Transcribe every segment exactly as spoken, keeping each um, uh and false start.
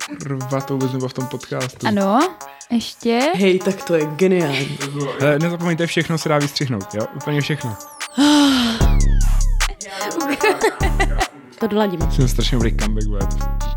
Kurva, to vůbec nebylo v tom podcastu. Ano, ještě. Hej, tak to je geniální. Hele, nezapomeňte, všechno se dá vystřihnout, jo? Úplně všechno. To doladíme. Jsem strašně dobrý comeback, bude.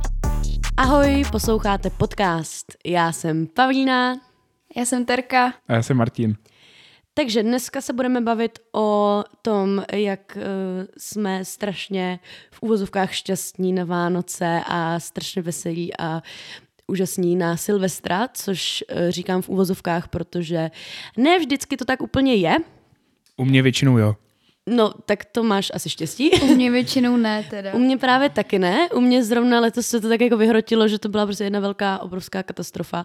Ahoj, posloucháte podcast. Já jsem Pavlína. Já jsem Terka. A já jsem Martin. Takže dneska se budeme bavit o tom, jak uh, jsme strašně v uvozovkách šťastní na Vánoce a strašně veselí a úžasní na Silvestra, což uh, říkám v uvozovkách, protože ne vždycky to tak úplně je. U mě většinou jo. No, tak to máš asi štěstí. U mě většinou ne teda. U mě právě taky ne. U mě zrovna letos se to tak jako vyhrotilo, že to byla prostě jedna velká, obrovská katastrofa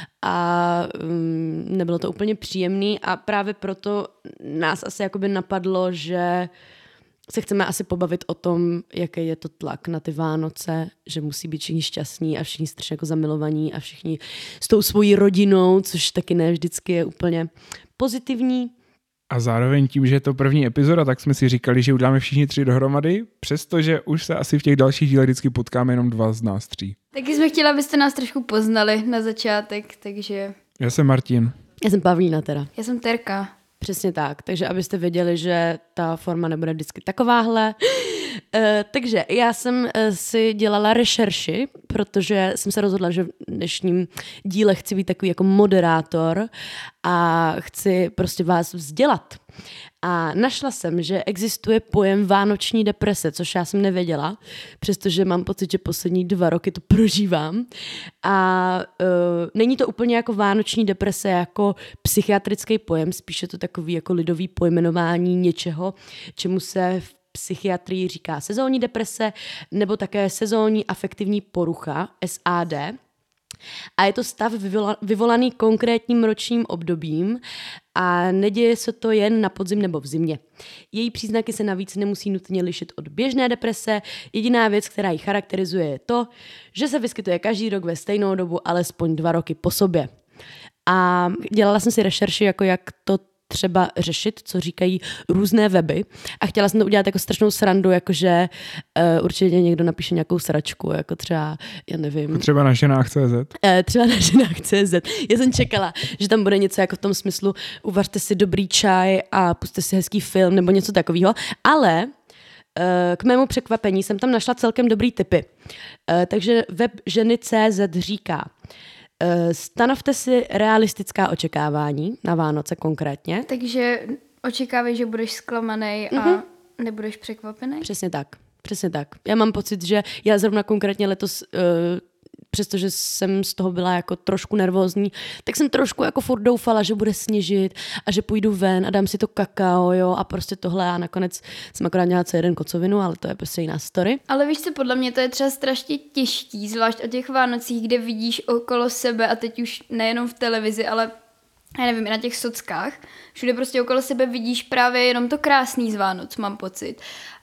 a um, nebylo to úplně příjemný a právě proto nás asi jakoby napadlo, že se chceme asi pobavit o tom, jaký je to tlak na ty Vánoce, že musí být všichni šťastní a všichni strašně jako zamilovaní a všichni s tou svojí rodinou, což taky ne vždycky je úplně pozitivní. A zároveň tím, že je to první epizoda, tak jsme si říkali, že uděláme všichni tři dohromady, přestože už se asi v těch dalších dílech vždycky potkáme jenom dva z nás tří. Taky jsme chtěli, abyste nás trošku poznali na začátek, takže... Já jsem Martin. Já jsem Pavlína teda. Já jsem Terka. Přesně tak, takže abyste věděli, že ta forma nebude vždycky takováhle. E, takže já jsem si dělala rešerši, protože jsem se rozhodla, že v dnešním díle chci být takový jako moderátor a chci prostě vás vzdělat. A našla jsem, že existuje pojem vánoční deprese, což já jsem nevěděla, přestože mám pocit, že poslední dva roky to prožívám. A uh, není to úplně jako vánoční deprese, jako psychiatrický pojem, spíše to takový jako lidový pojmenování něčeho, čemu se v psychiatrii říká sezónní deprese, nebo také sezónní afektivní porucha, S A D. A je to stav vyvola, vyvolaný konkrétním ročním obdobím a neděje se to jen na podzim nebo v zimě. Její příznaky se navíc nemusí nutně lišit od běžné deprese. Jediná věc, která ji charakterizuje, je to, že se vyskytuje každý rok ve stejnou dobu, alespoň dva roky po sobě. A dělala jsem si rešerši, jako jak to třeba řešit, co říkají různé weby a chtěla jsem to udělat jako strašnou srandu, jakože uh, určitě někdo napíše nějakou sračku, jako třeba, já nevím. Třeba na ženách tečka cé zet. Uh, třeba na ženách tečka cé zet. Já jsem čekala, že tam bude něco jako v tom smyslu uvařte si dobrý čaj a puste si hezký film nebo něco takového, ale k mému překvapení jsem tam našla celkem dobrý tipy. Uh, takže web ženy tečka cé zet říká: stanovte si realistická očekávání na Vánoce konkrétně. Takže očekávej, že budeš zklamanej a mm-hmm. nebudeš překvapený. Přesně tak, přesně tak. Já mám pocit, že já zrovna konkrétně letos, uh, přestože jsem z toho byla jako trošku nervózní, tak jsem trošku jako furt doufala, že bude sněžit a že půjdu ven a dám si to kakao, jo, a prostě tohle a nakonec jsem akorát měla co jeden kocovinu, ale to je prostě jiná story. Ale víš co, podle mě to je třeba strašně těžký, zvlášť o těch Vánocích, kde vidíš okolo sebe a teď už nejenom v televizi, ale já nevím, i na těch sockách, všude prostě okolo sebe vidíš právě jenom to krásný z Vánoc, mám pocit.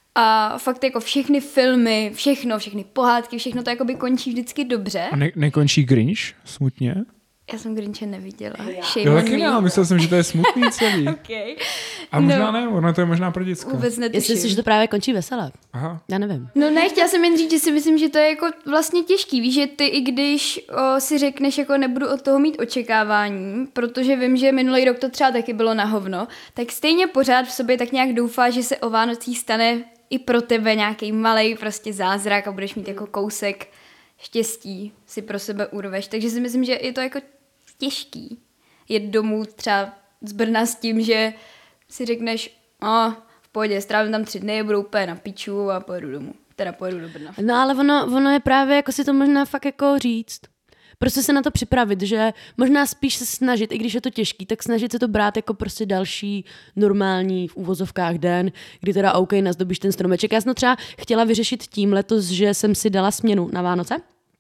A fakt jako všechny filmy, všechno, všechny pohádky, všechno to jakoby končí vždycky dobře. A ne- nekončí Grinch smutně? Já jsem Grinche neviděla. Jo, taky ne, myslel jsem, že to je smutný celý. Okay. A možná no, ne, ono to je možná pro děcka. Vůbec netuším. Jestli si, že to právě končí veselé. Aha. Já nevím. No ne, chtěla jsem jen říct, že si myslím, že to je jako vlastně těžký. Víš, že ty i když o, si řekneš, jako nebudu od toho mít očekávání, protože vím, že minulý rok to třeba taky bylo na hovno, tak stejně pořád v sobě tak nějak doufáš, že se o Vánocích stane i pro tebe nějaký malej prostě zázrak a budeš mít jako kousek štěstí, si pro sebe urveš. Takže si myslím, že je to jako těžký jet domů třeba z Brna s tím, že si řekneš, oh, v pohodě, strávím tam tři dny, budu úplně na piču a pojedu domů. Teda pojedu do Brna. No ale ono, ono je právě jako si to možná fakt jako říct. Prostě se na to připravit, že možná spíš se snažit, i když je to těžký, tak snažit se to brát jako prostě další normální v úvozovkách den, kdy teda OK, nazdobíš ten stromeček. Já jsem to třeba chtěla vyřešit tím letos, že jsem si dala směnu na Vánoce,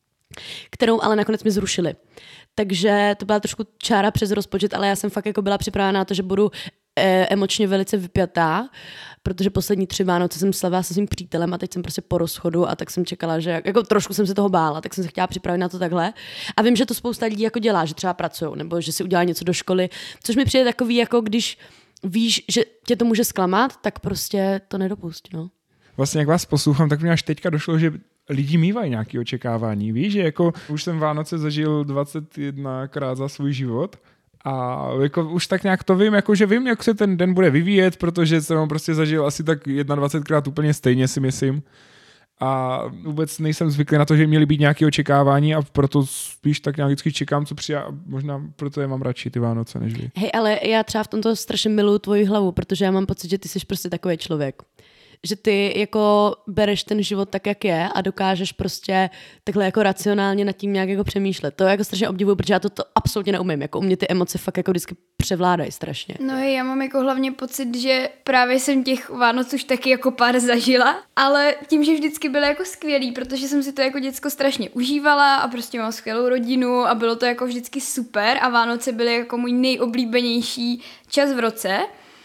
kterou ale nakonec mi zrušili. Takže to byla trošku čára přes rozpočet, ale já jsem fakt jako byla připravená na to, že budu e, emočně velice vypjatá, protože poslední tři Vánoce jsem slavila se svým přítelem a teď jsem prostě po rozchodu a tak jsem čekala, že jako trošku jsem se toho bála, tak jsem se chtěla připravit na to takhle. A vím, že to spousta lidí jako dělá, že třeba pracují nebo že si udělá něco do školy, což mi přijde takový, jako když víš, že tě to může zklamat, tak prostě to nedopust, no. Vlastně jak vás poslouchám, tak mi až teďka došlo, že lidi mývají nějaké očekávání. Víš, že jako už jsem Vánoce zažil dvacet jedna krát za svůj život a jako už tak nějak to vím, jako že vím, jak se ten den bude vyvíjet, protože jsem ho prostě zažil asi tak dvacet jedna krát úplně stejně, si myslím. A vůbec nejsem zvyklý na to, že měly být nějaké očekávání a proto spíš tak nějak vždycky čekám, co přijde a možná proto je mám radši ty Vánoce než vy. Hej, ale já třeba v tomto strašně miluju tvoji hlavu, protože já mám pocit, že ty jsi prostě takový člověk. Že ty jako bereš ten život tak, jak je a dokážeš prostě takhle jako racionálně nad tím nějak jako přemýšlet. To jako strašně obdivuju, protože já to, to absolutně neumím. Jako u mě ty emoce fakt jako vždycky převládají strašně. No já mám jako hlavně pocit, že právě jsem těch Vánoc už taky jako pár zažila, ale tím, že vždycky byly jako skvělý, protože jsem si to jako děcko strašně užívala a prostě mám skvělou rodinu a bylo to jako vždycky super a Vánoce byly jako můj nejoblíbenější čas v roce,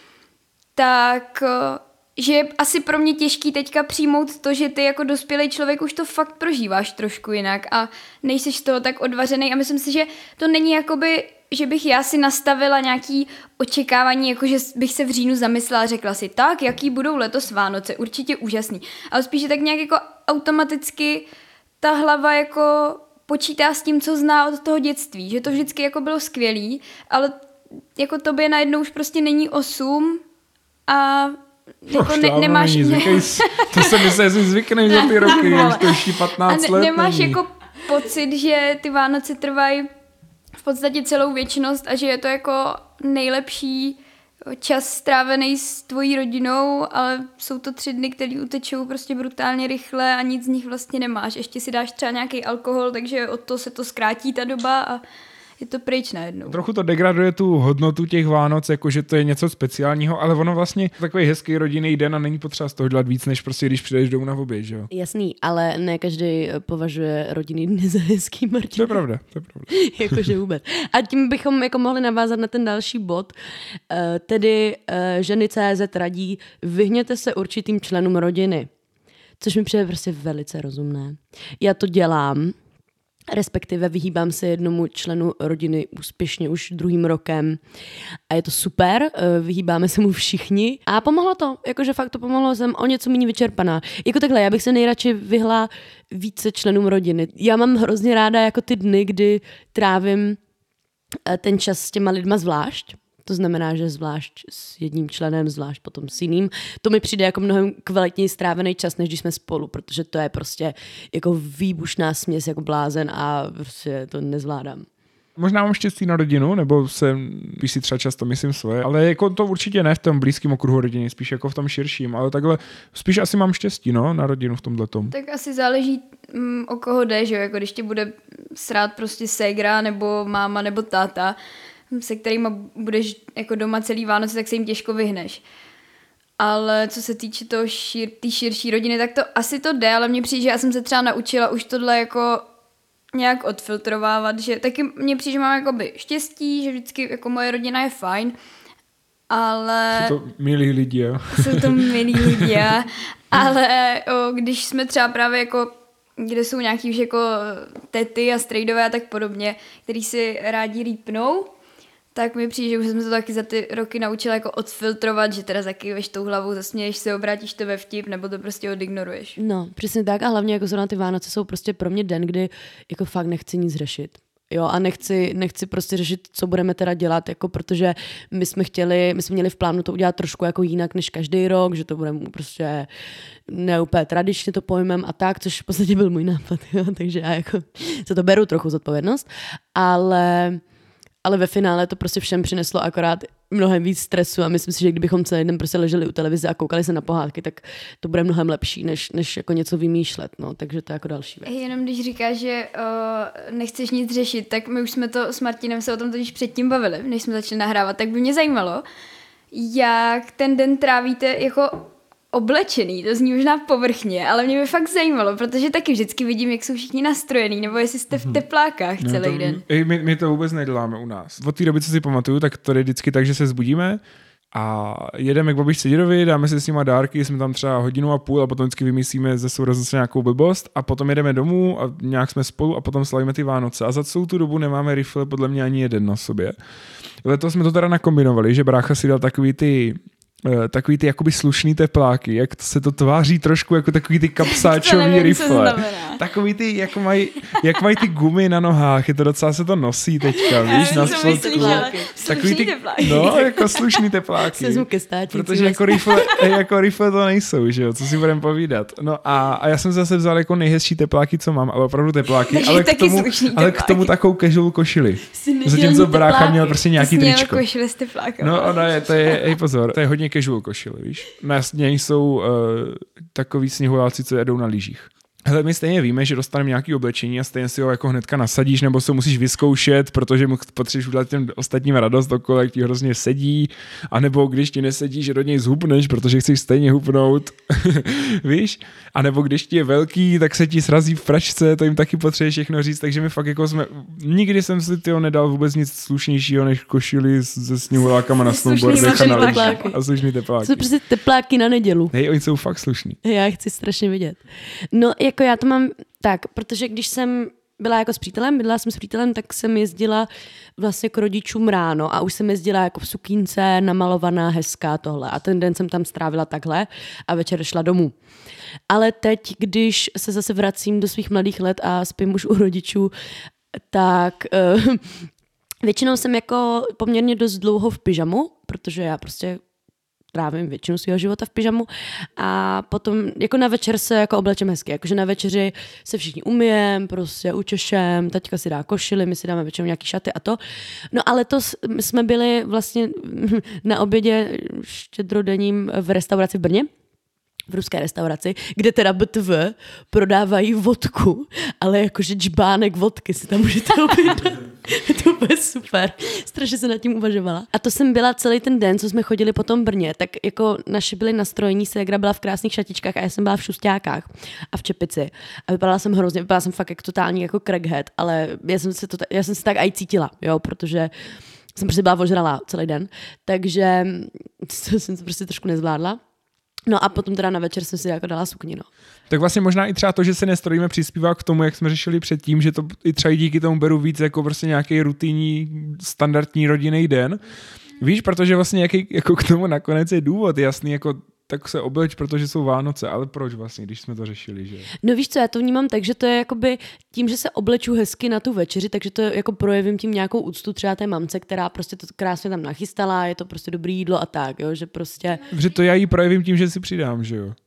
tak že je asi pro mě těžký teďka přijmout to, že ty jako dospělý člověk už to fakt prožíváš trošku jinak a nejseš z toho tak odvařenej a myslím si, že to není jakoby, že bych já si nastavila nějaký očekávání, jako že bych se v říjnu zamyslela a řekla si, tak, jaký budou letos Vánoce, určitě úžasný. Ale spíš, že tak nějak jako automaticky ta hlava jako počítá s tím, co zná od toho dětství, že to vždycky jako bylo skvělý, ale jako tobě najednou už prostě není osm a jako ne, nemáš... Zvykej, to se mi se zvykne za ty roky, už to ještě patnáct ne, let. Nemáš není. jako pocit, že ty Vánoce trvají v podstatě celou věčnost a že je to jako nejlepší čas strávený s tvojí rodinou, ale jsou to tři dny, které utečou prostě brutálně rychle a nic z nich vlastně nemáš. Ještě si dáš třeba nějaký alkohol, takže od toho se to zkrátí ta doba a je to pryč najednou. Trochu to degraduje tu hodnotu těch Vánoc, jakože to je něco speciálního, ale ono vlastně takový hezký rodinný den a není potřeba z toho dělat víc, než prostě když přijdeš domů na oběd, že jo? Jasný, ale ne každý považuje rodinný dny za hezký, Martin. To je pravda, to je pravda. Jakože vůbec. A tím bychom jako mohli navázat na ten další bod, uh, tedy uh, ženy tečka cé zet radí, vyhněte se určitým členům rodiny, což mi přijde prostě velice rozumné. Já to dělám, respektive vyhýbám se jednomu členu rodiny úspěšně už druhým rokem a je to super, vyhýbáme se mu všichni a pomohlo to, jakože fakt to pomohlo, jsem o něco méně vyčerpaná. Jako takhle, já bych se nejradši vyhla více členům rodiny. Já mám hrozně ráda jako ty dny, kdy trávím ten čas s těma lidma zvlášť. To znamená, že zvlášť s jedním členem, zvlášť potom s jiným. To mi přijde jako mnohem kvalitněji strávený čas, než když jsme spolu, protože to je prostě jako výbušná směs jako blázen a prostě to nezvládám. Možná mám štěstí na rodinu, nebo se, když si třeba často myslím svoje, ale jako to určitě ne v tom blízkém okruhu rodiny, spíš jako v tom širším, ale takhle spíš asi mám štěstí, no, na rodinu v tomhletom. Tak asi záleží, mm, o koho jde, že jo, jako když ti bude srát prostě ségra, nebo máma, nebo táta, se kterýma budeš jako doma celý Vánoce, tak se jim těžko vyhneš. Ale co se týče toho šir, tý širší rodiny, tak to asi to jde, ale mně přijde, že já jsem se třeba naučila už tohle jako nějak odfiltrovávat, že taky mně přijde, že mám jakoby štěstí, že vždycky jako moje rodina je fajn, ale... Jsou to milí lidi, jo? Jsou to milí lidi, ale o, když jsme třeba právě jako kde jsou nějaký už jako tety a strejdové a tak podobně, který si rádi rýpnou, tak mi přijde, že už jsem se to taky za ty roky naučila jako odfiltrovat, že teda zakýveš tou hlavou, zasměješ se, obrátíš to ve vtip, nebo to prostě odignoruješ. No, přesně tak a hlavně jako zrovna ty Vánoce jsou prostě pro mě den, kdy jako fakt nechci nic řešit. Jo, a nechci, nechci prostě řešit, co budeme teda dělat, jako protože my jsme chtěli, my jsme měli v plánu to udělat trošku jako jinak než každý rok, že to budeme prostě ne úplně tradičně to pojmem a tak, což v podstatě byl můj nápad, jo, takže já jako se to beru trochu zodpovědnost, ale, ale ve finále to prostě všem přineslo akorát mnohem víc stresu a myslím si, že kdybychom celý den prostě leželi u televize a koukali se na pohádky, tak to bude mnohem lepší, než, než jako něco vymýšlet, no, takže to je jako další věc. Jenom když říkáš, že uh, nechceš nic řešit, tak my už jsme to s Martinem se o tom totiž předtím bavili, než jsme začali nahrávat, tak by mě zajímalo, jak ten den trávíte jako oblečený, to zní možná povrchně, ale mě by fakt zajímalo, protože taky vždycky vidím, jak jsou všichni nastrojený, nebo jestli jste v teplákách celý no to, den. My, my to vůbec neděláme u nás. Od té doby, co si pamatuju, tak to je vždycky tak, že se zbudíme a jedeme k babičce dědovi, dáme si s nima dárky, jsme tam třeba hodinu a půl a potom vždycky vymyslíme ze sourozenci nějakou blbost a potom jedeme domů a nějak jsme spolu a potom slavíme ty Vánoce. A za celou tu dobu nemáme rifle podle mě ani jeden na sobě. Letos jsme to teda nakombinovali, že brácha si dal takový ty takový ty jakoby slušný tepláky, jak se to tváří trošku jako takový ty kapsáčový rifle. Takový ty, jak mají jak maj ty gumy na nohách, je to docela se to nosí teďka, víš, na spodku. Takový ty, no, jako slušný tepláky. Protože jako rifle, jako rifle to nejsou, že jo, co si budeme povídat. No a, a já jsem zase vzal jako nejhezčí tepláky, co mám, ale opravdu tepláky, ale k, tomu, ale k tomu takovou casual košili. Zatímco brácha měl prostě nějaký tričko. Košili s tepláky. No, ono je, to je, hej pozor, to je hodně casual košily, víš. Na něj jsou uh, takový sněhuláci, co jedou na lyžích. Hele, my stejně víme, že dostaneme nějaké oblečení a stejně si ho jako hnedka nasadíš, nebo se musíš vyzkoušet, protože mu potřebuješ udělat těm ostatním radost okolo, jak ti hrozně sedí, anebo když ti nesedí, že do něj zhubneš, protože chceš stejně hubnout, víš? A nebo když ti je velký, tak se ti srazí v pračce, to jim taky potřebuješ všechno říct, takže my fakt jako jsme, nikdy jsem si tyho nedal vůbec nic slušnějšího, než košili se sněhulákama na snowboardech a na lyžích a slušný tepláky. Jsou prostě tepláky na nedělu. Hej, oni jsou fakt slušní. Já chci strašně vidět. No, jako já to mám tak, protože když jsem byla jako s přítelem, bydlela jsem s přítelem, tak jsem jezdila vlastně k rodičům ráno a už jsem jezdila jako v sukínce, namalovaná, hezká tohle. A ten den jsem tam strávila takhle a večer šla domů. Ale teď, když se zase vracím do svých mladých let a spím už u rodičů, tak uh, většinou jsem jako poměrně dost dlouho v pyžamu, protože já prostě trávím většinu svého života v pyžamu a potom jako na večer se jako oblečem hezky, jakože na večeři se všichni umyjem, prostě učešem, taťka si dá košily, my si dáme většinou nějaký šaty a to. No a letos jsme byli vlastně na obědě štědrodenním v restauraci v Brně, v ruské restauraci, kde teda B T V prodávají vodku, ale jakože džbánek vodky si tam můžete objednat. To bude super. Strašně se nad tím uvažovala. A to jsem byla celý ten den, co jsme chodili po tom Brně, tak jako naše byly nastrojení, ségra byla v krásných šatičkách a já jsem byla v šustákách a v čepici. A vypadala jsem hrozně, vypadala jsem fakt jako totální jako crackhead, ale já jsem se, to, já jsem se tak aj cítila, jo, protože jsem prostě byla ožralá celý den, takže jsem to prostě trošku nezvládla. No a potom teda na večer jsem si jako dala sukni, no. Tak vlastně možná i třeba to, že se nestrojíme, přispívá k tomu, jak jsme řešili předtím, že to i třeba díky tomu beru víc jako prostě nějaký rutinní, standardní rodinný den. Víš, protože vlastně jaký, jako k tomu nakonec je důvod, jasný, jako tak se obleč, protože jsou Vánoce, ale proč vlastně, když jsme to řešili, že? No víš co, já to vnímám tak, že to je jakoby tím, že se obleču hezky na tu večeři, takže to jako projevím tím nějakou úctu třeba té mamce, která prostě to krásně tam nachystala, je to prostě dobré jídlo a tak, jo, že prostě... Že to já jí projevím tím, že si přidám, že jo?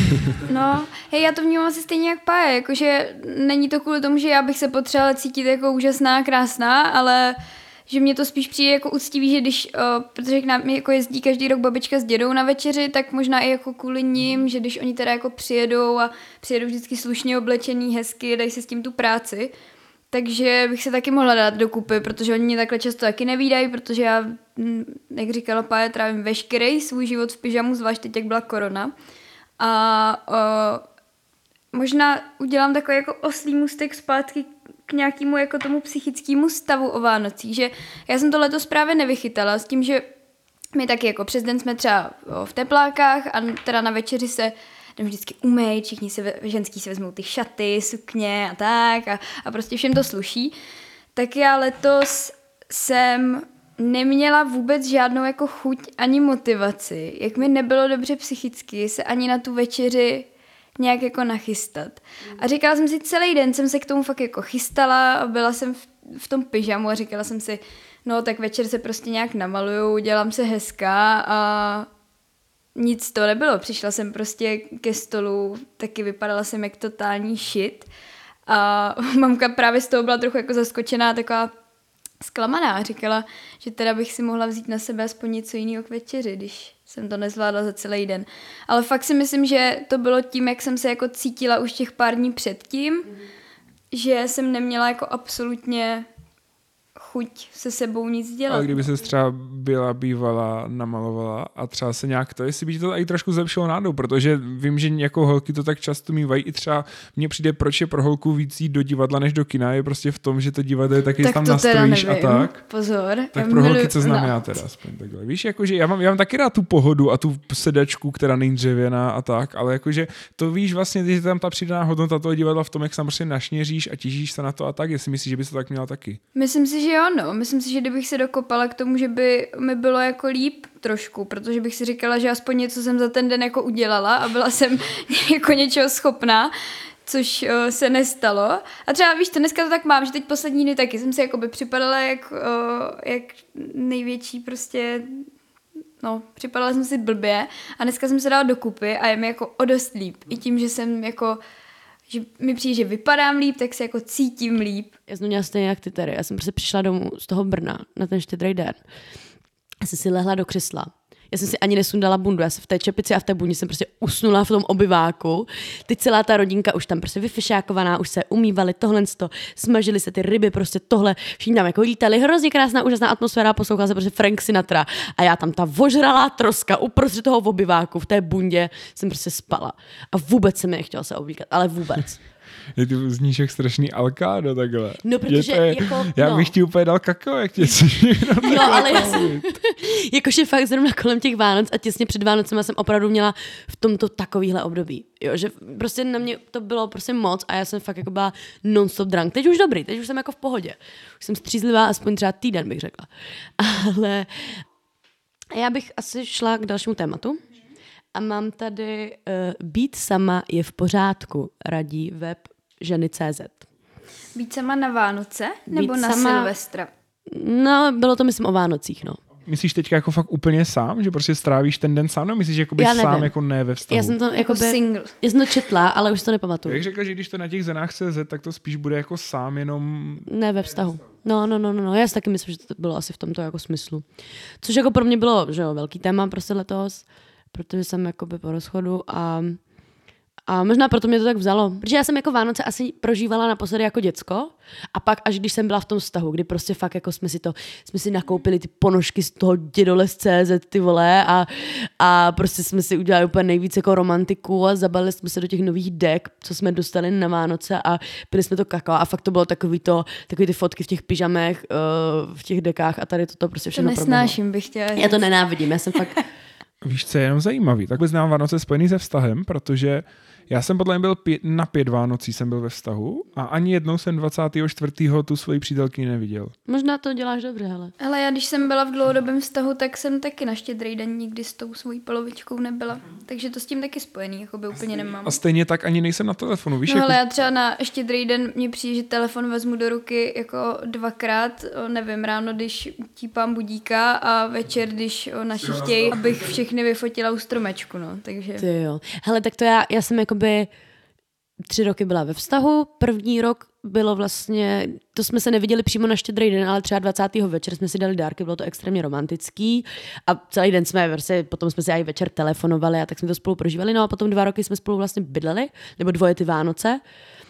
No, hej, já to vnímám asi stejně jak Pája, jakože není to kvůli tomu, že já bych se potřebovala cítit jako úžasná, krásná, ale... že mě to spíš přijde jako úctivý, že když, uh, protože k nám jako jezdí každý rok babička s dědou na večeři, tak možná i jako kvůli ním, že když oni teda jako přijedou a přijedou vždycky slušně oblečený, hezky, dají si s tím tu práci, takže bych se taky mohla dát dokupy, protože oni mě takhle často taky nevídají, protože já, jak říkala Pája, trávím veškerý svůj život v pyžamu, zvlášť teď, jak byla korona. A uh, možná udělám takový jako oslý můstek zpátky k nějakému jako tomu psychickému stavu o Vánocích, že já jsem to letos právě nevychytala s tím, že my taky jako přes den jsme třeba v teplákách a teda na večeři se jdem vždycky umýt, všichni se, ženský si vezmou ty šaty, sukně a tak a, a prostě všem to sluší. Tak já letos jsem neměla vůbec žádnou jako chuť ani motivaci, jak mi nebylo dobře psychicky se ani na tu večeři nějak jako nachystat. A říkala jsem si, celý den jsem se k tomu fakt jako chystala a byla jsem v, v tom pyžamu a říkala jsem si, no tak večer se prostě nějak namaluju, udělám se hezká a nic to nebylo. Přišla jsem prostě ke stolu, taky vypadala jsem jak totální shit a mamka právě z toho byla trochu jako zaskočená, taková zklamaná. Říkala, že teda bych si mohla vzít na sebe aspoň něco jiného k večeři, když jsem to nezvládla za celý den. Ale fakt si myslím, že to bylo tím, jak jsem se jako cítila už těch pár dní předtím, mm. že jsem neměla jako absolutně chuť se sebou nic dělat. Ale kdyby se třeba byla bývala, namalovala a třeba se nějak to, jestli by ti to i trošku zlepšilo nádou, protože vím, že jako holky to tak často mývají i třeba mně přijde, proč je pro holku víc jít do divadla než do kina, je prostě v tom, že to divadlo je taky, tak tam nastrojíš a tak. Pozor. Tak pro holky, co znám no. já teda aspoň takhle. Víš, jakože já mám, já mám taky rád tu pohodu a tu sedačku, která není dřevěná a tak, ale jakože to víš vlastně, že tam ta přidaná hodnota toho divadla v tom, jak se prostě našněříš a těšíš se na to a tak, jestli myslíš, že bys to tak měla taky. Myslím si, že jo, no. Myslím si, že kdybych se dokopala k tomu, že by mi bylo jako líp trošku, protože bych si říkala, že aspoň něco jsem za ten den jako udělala a byla jsem jako něčeho schopná, což uh, se nestalo. A třeba víš, to dneska to tak mám, že teď poslední dny taky jsem si jakoby připadala jak, uh, jak největší prostě, no, připadala jsem si blbě a dneska jsem se dala dokupy a je mi jako o dost líp. I tím, že jsem jako, že mi přijde, že vypadám líp, tak se jako cítím líp. Já jsem měla stejně jak ty tady. Já jsem prostě přišla domů z toho Brna na ten štědrý den. Já jsem si lehla do křesla. Já jsem si ani nesundala bundu, já jsem v té čepici a v té bundě jsem prostě usnula v tom obyváku. Teď celá ta rodinka už tam prostě vyfišákovaná, už se umývali tohle, smažili se ty ryby, prostě tohle, všichni tam jako lítali, hrozně krásná, úžasná atmosféra, poslouchala se prostě Frank Sinatra a já tam ta vožralá troska uprostřed toho obyváku v té bundě jsem prostě spala. A vůbec se mi nechtěla se oblíkat, ale vůbec. Je ty zníš jak strašný alkádo takhle. No, protože je, jako, já no. bych ti úplně dal kakao, jak tě No, ale já jsem, jakože fakt zrovna kolem těch Vánoc a těsně před Vánocema jsem opravdu měla v tomto takovýhle období. Jo, že prostě na mě to bylo prostě moc a já jsem fakt jako byla non-stop drunk. Teď už dobrý, teď už jsem jako v pohodě. Už jsem střízlivá aspoň třeba týden, bych řekla. Ale já bych asi šla k dalšímu tématu. A mám tady uh, být sama je v pořádku, radí web ženy tečka cé zet. Být sama na Vánoce nebo Být na sama... Silvestra? No, bylo to myslím o Vánocích, no. Myslíš teďka jako fakt úplně sám, že prostě strávíš ten den sám, no myslíš, že jako bys sám jako ne ve vztahu? Já jsem to jako, jako by, single. Já jsem to četla, ale už to nepamatuju. Jak řekla, že když to na těch zenách tečka cé zet, tak to spíš bude jako sám jenom... Ne ve vztahu. No, no, no, no, no. Já si taky myslím, že to bylo asi v tomto jako smyslu. Což jako pro mě bylo, že jo, velký téma prostě letos, protože jsem jakoby po rozchodu a, a možná proto mě to tak vzalo. Protože já jsem jako Vánoce asi prožívala naposledy jako děcko a pak až když jsem byla v tom vztahu, kdy prostě fakt jako jsme si to, jsme si nakoupili ty ponožky z toho dědole z cé zet, ty vole a, a prostě jsme si udělali úplně nejvíc jako romantiku a zabalili jsme se do těch nových dek, co jsme dostali na Vánoce a pili jsme to kakao a fakt to bylo takový to, takový ty fotky v těch pyžamech, uh, v těch dekách a tady toto prostě všechno To nesnáším, bych chtěla říct. Já to nenávidím, já jsem fakt... Víš, co je jenom zajímavý? Tak znám Vánoce spojený se vztahem, protože já jsem podle mě byl pě- na pět Vánocí jsem byl ve vztahu a ani jednou jsem dvacátého čtvrtého tu svoji přítelkyni neviděl. Možná to děláš dobře, hele. Ale já když jsem byla v dlouhodobém vztahu, tak jsem taky na Štědrý den nikdy s tou svojí polovičkou nebyla. Takže to s tím taky spojený, jako by úplně nemám. A stejně tak ani nejsem na telefonu, víš? No jako... ale já třeba na Štědrý den mně přijde, že telefon vezmu do ruky jako dvakrát, o, nevím, ráno, když típám budíka a večer, když o, naši chtějí, abych všechny vyfotila u stromečku, no, takže... Ty jo. Hele, tak to já, já jsem jakoby tři roky byla ve vztahu, první rok bylo vlastně, to jsme se neviděli přímo na Štědrý den, ale třeba dvacátého večer jsme si dali dárky, bylo to extrémně romantický a celý den jsme, vlastně, potom jsme si i večer telefonovali a tak jsme to spolu prožívali, no a potom dva roky jsme spolu vlastně bydleli, nebo dvoje ty Vánoce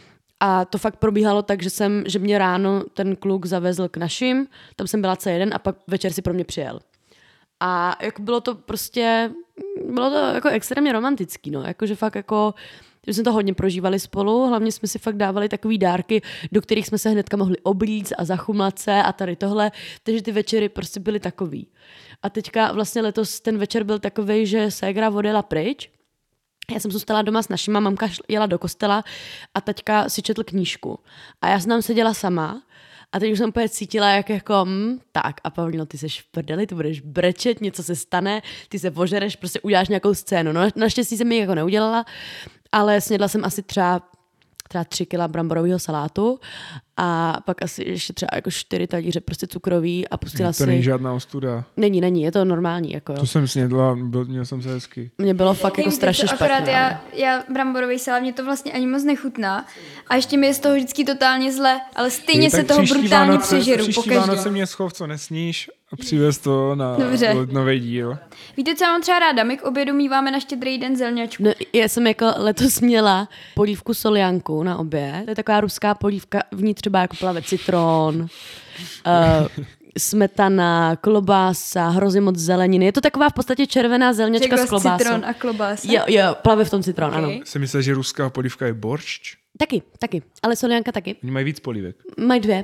a to fakt probíhalo tak, že, jsem, že mě ráno ten kluk zavezl k našim, tam jsem byla celý den a pak večer si pro mě přijel. A jako bylo to prostě, bylo to jako extrémně romantický, no, jakože fakt jako, že jsme to hodně prožívali spolu, hlavně jsme si fakt dávali takový dárky, do kterých jsme se hnedka mohli oblíct a zachumlat se a tady tohle, takže ty večery prostě byly takový. A teďka vlastně letos ten večer byl takovej, že ségra odjela pryč, já jsem zůstala doma s našima, mamka jela do kostela a taťka si četl knížku. A já jsem tam seděla sama a teď už jsem úplně cítila, jak jako, hm, tak a Pavlino, ty seš v prdeli, ty budeš brečet, něco se stane, ty se požereš, prostě uděláš nějakou scénu. No naštěstí jsem ji jako neudělala, ale snědla jsem asi třeba, třeba tři kila bramborového salátu a pak asi ještě třeba jako čtyři talíře prostě cukrový a pustila si... To není žádná ostuda. Není, není, je to normální. Jako jo. To jsem snědla, byl, měl jsem se hezky. Mně bylo fakt jako strašně špatně. Akorát já, já bramborový salát, mě to vlastně ani moc nechutná a ještě mi je z toho vždycky totálně zle, ale stejně je, se toho brutálně Vánoce, přežeru příští pokaždé. Vánoce mě schov, co nesníš a přivez to na nový díl. Víte, co já mám třeba ráda? My k obědu míváme na Štědrý den zelňačku. No, já jsem jako letos měla polívku solianku na oběd. To je taková ruská polívka, v ní třeba jako plave citron, uh, smetana, klobása, hrozně moc zeleniny. Je to taková v podstatě červená zelňačka s klobásou. Citron a klobása. Jo, jo, plave v tom citron, okay. Ano. Jsem myslel, že ruská polívka je boršč. Taky, taky. Ale solianka taky. Oni mají víc polívek. Mají dvě.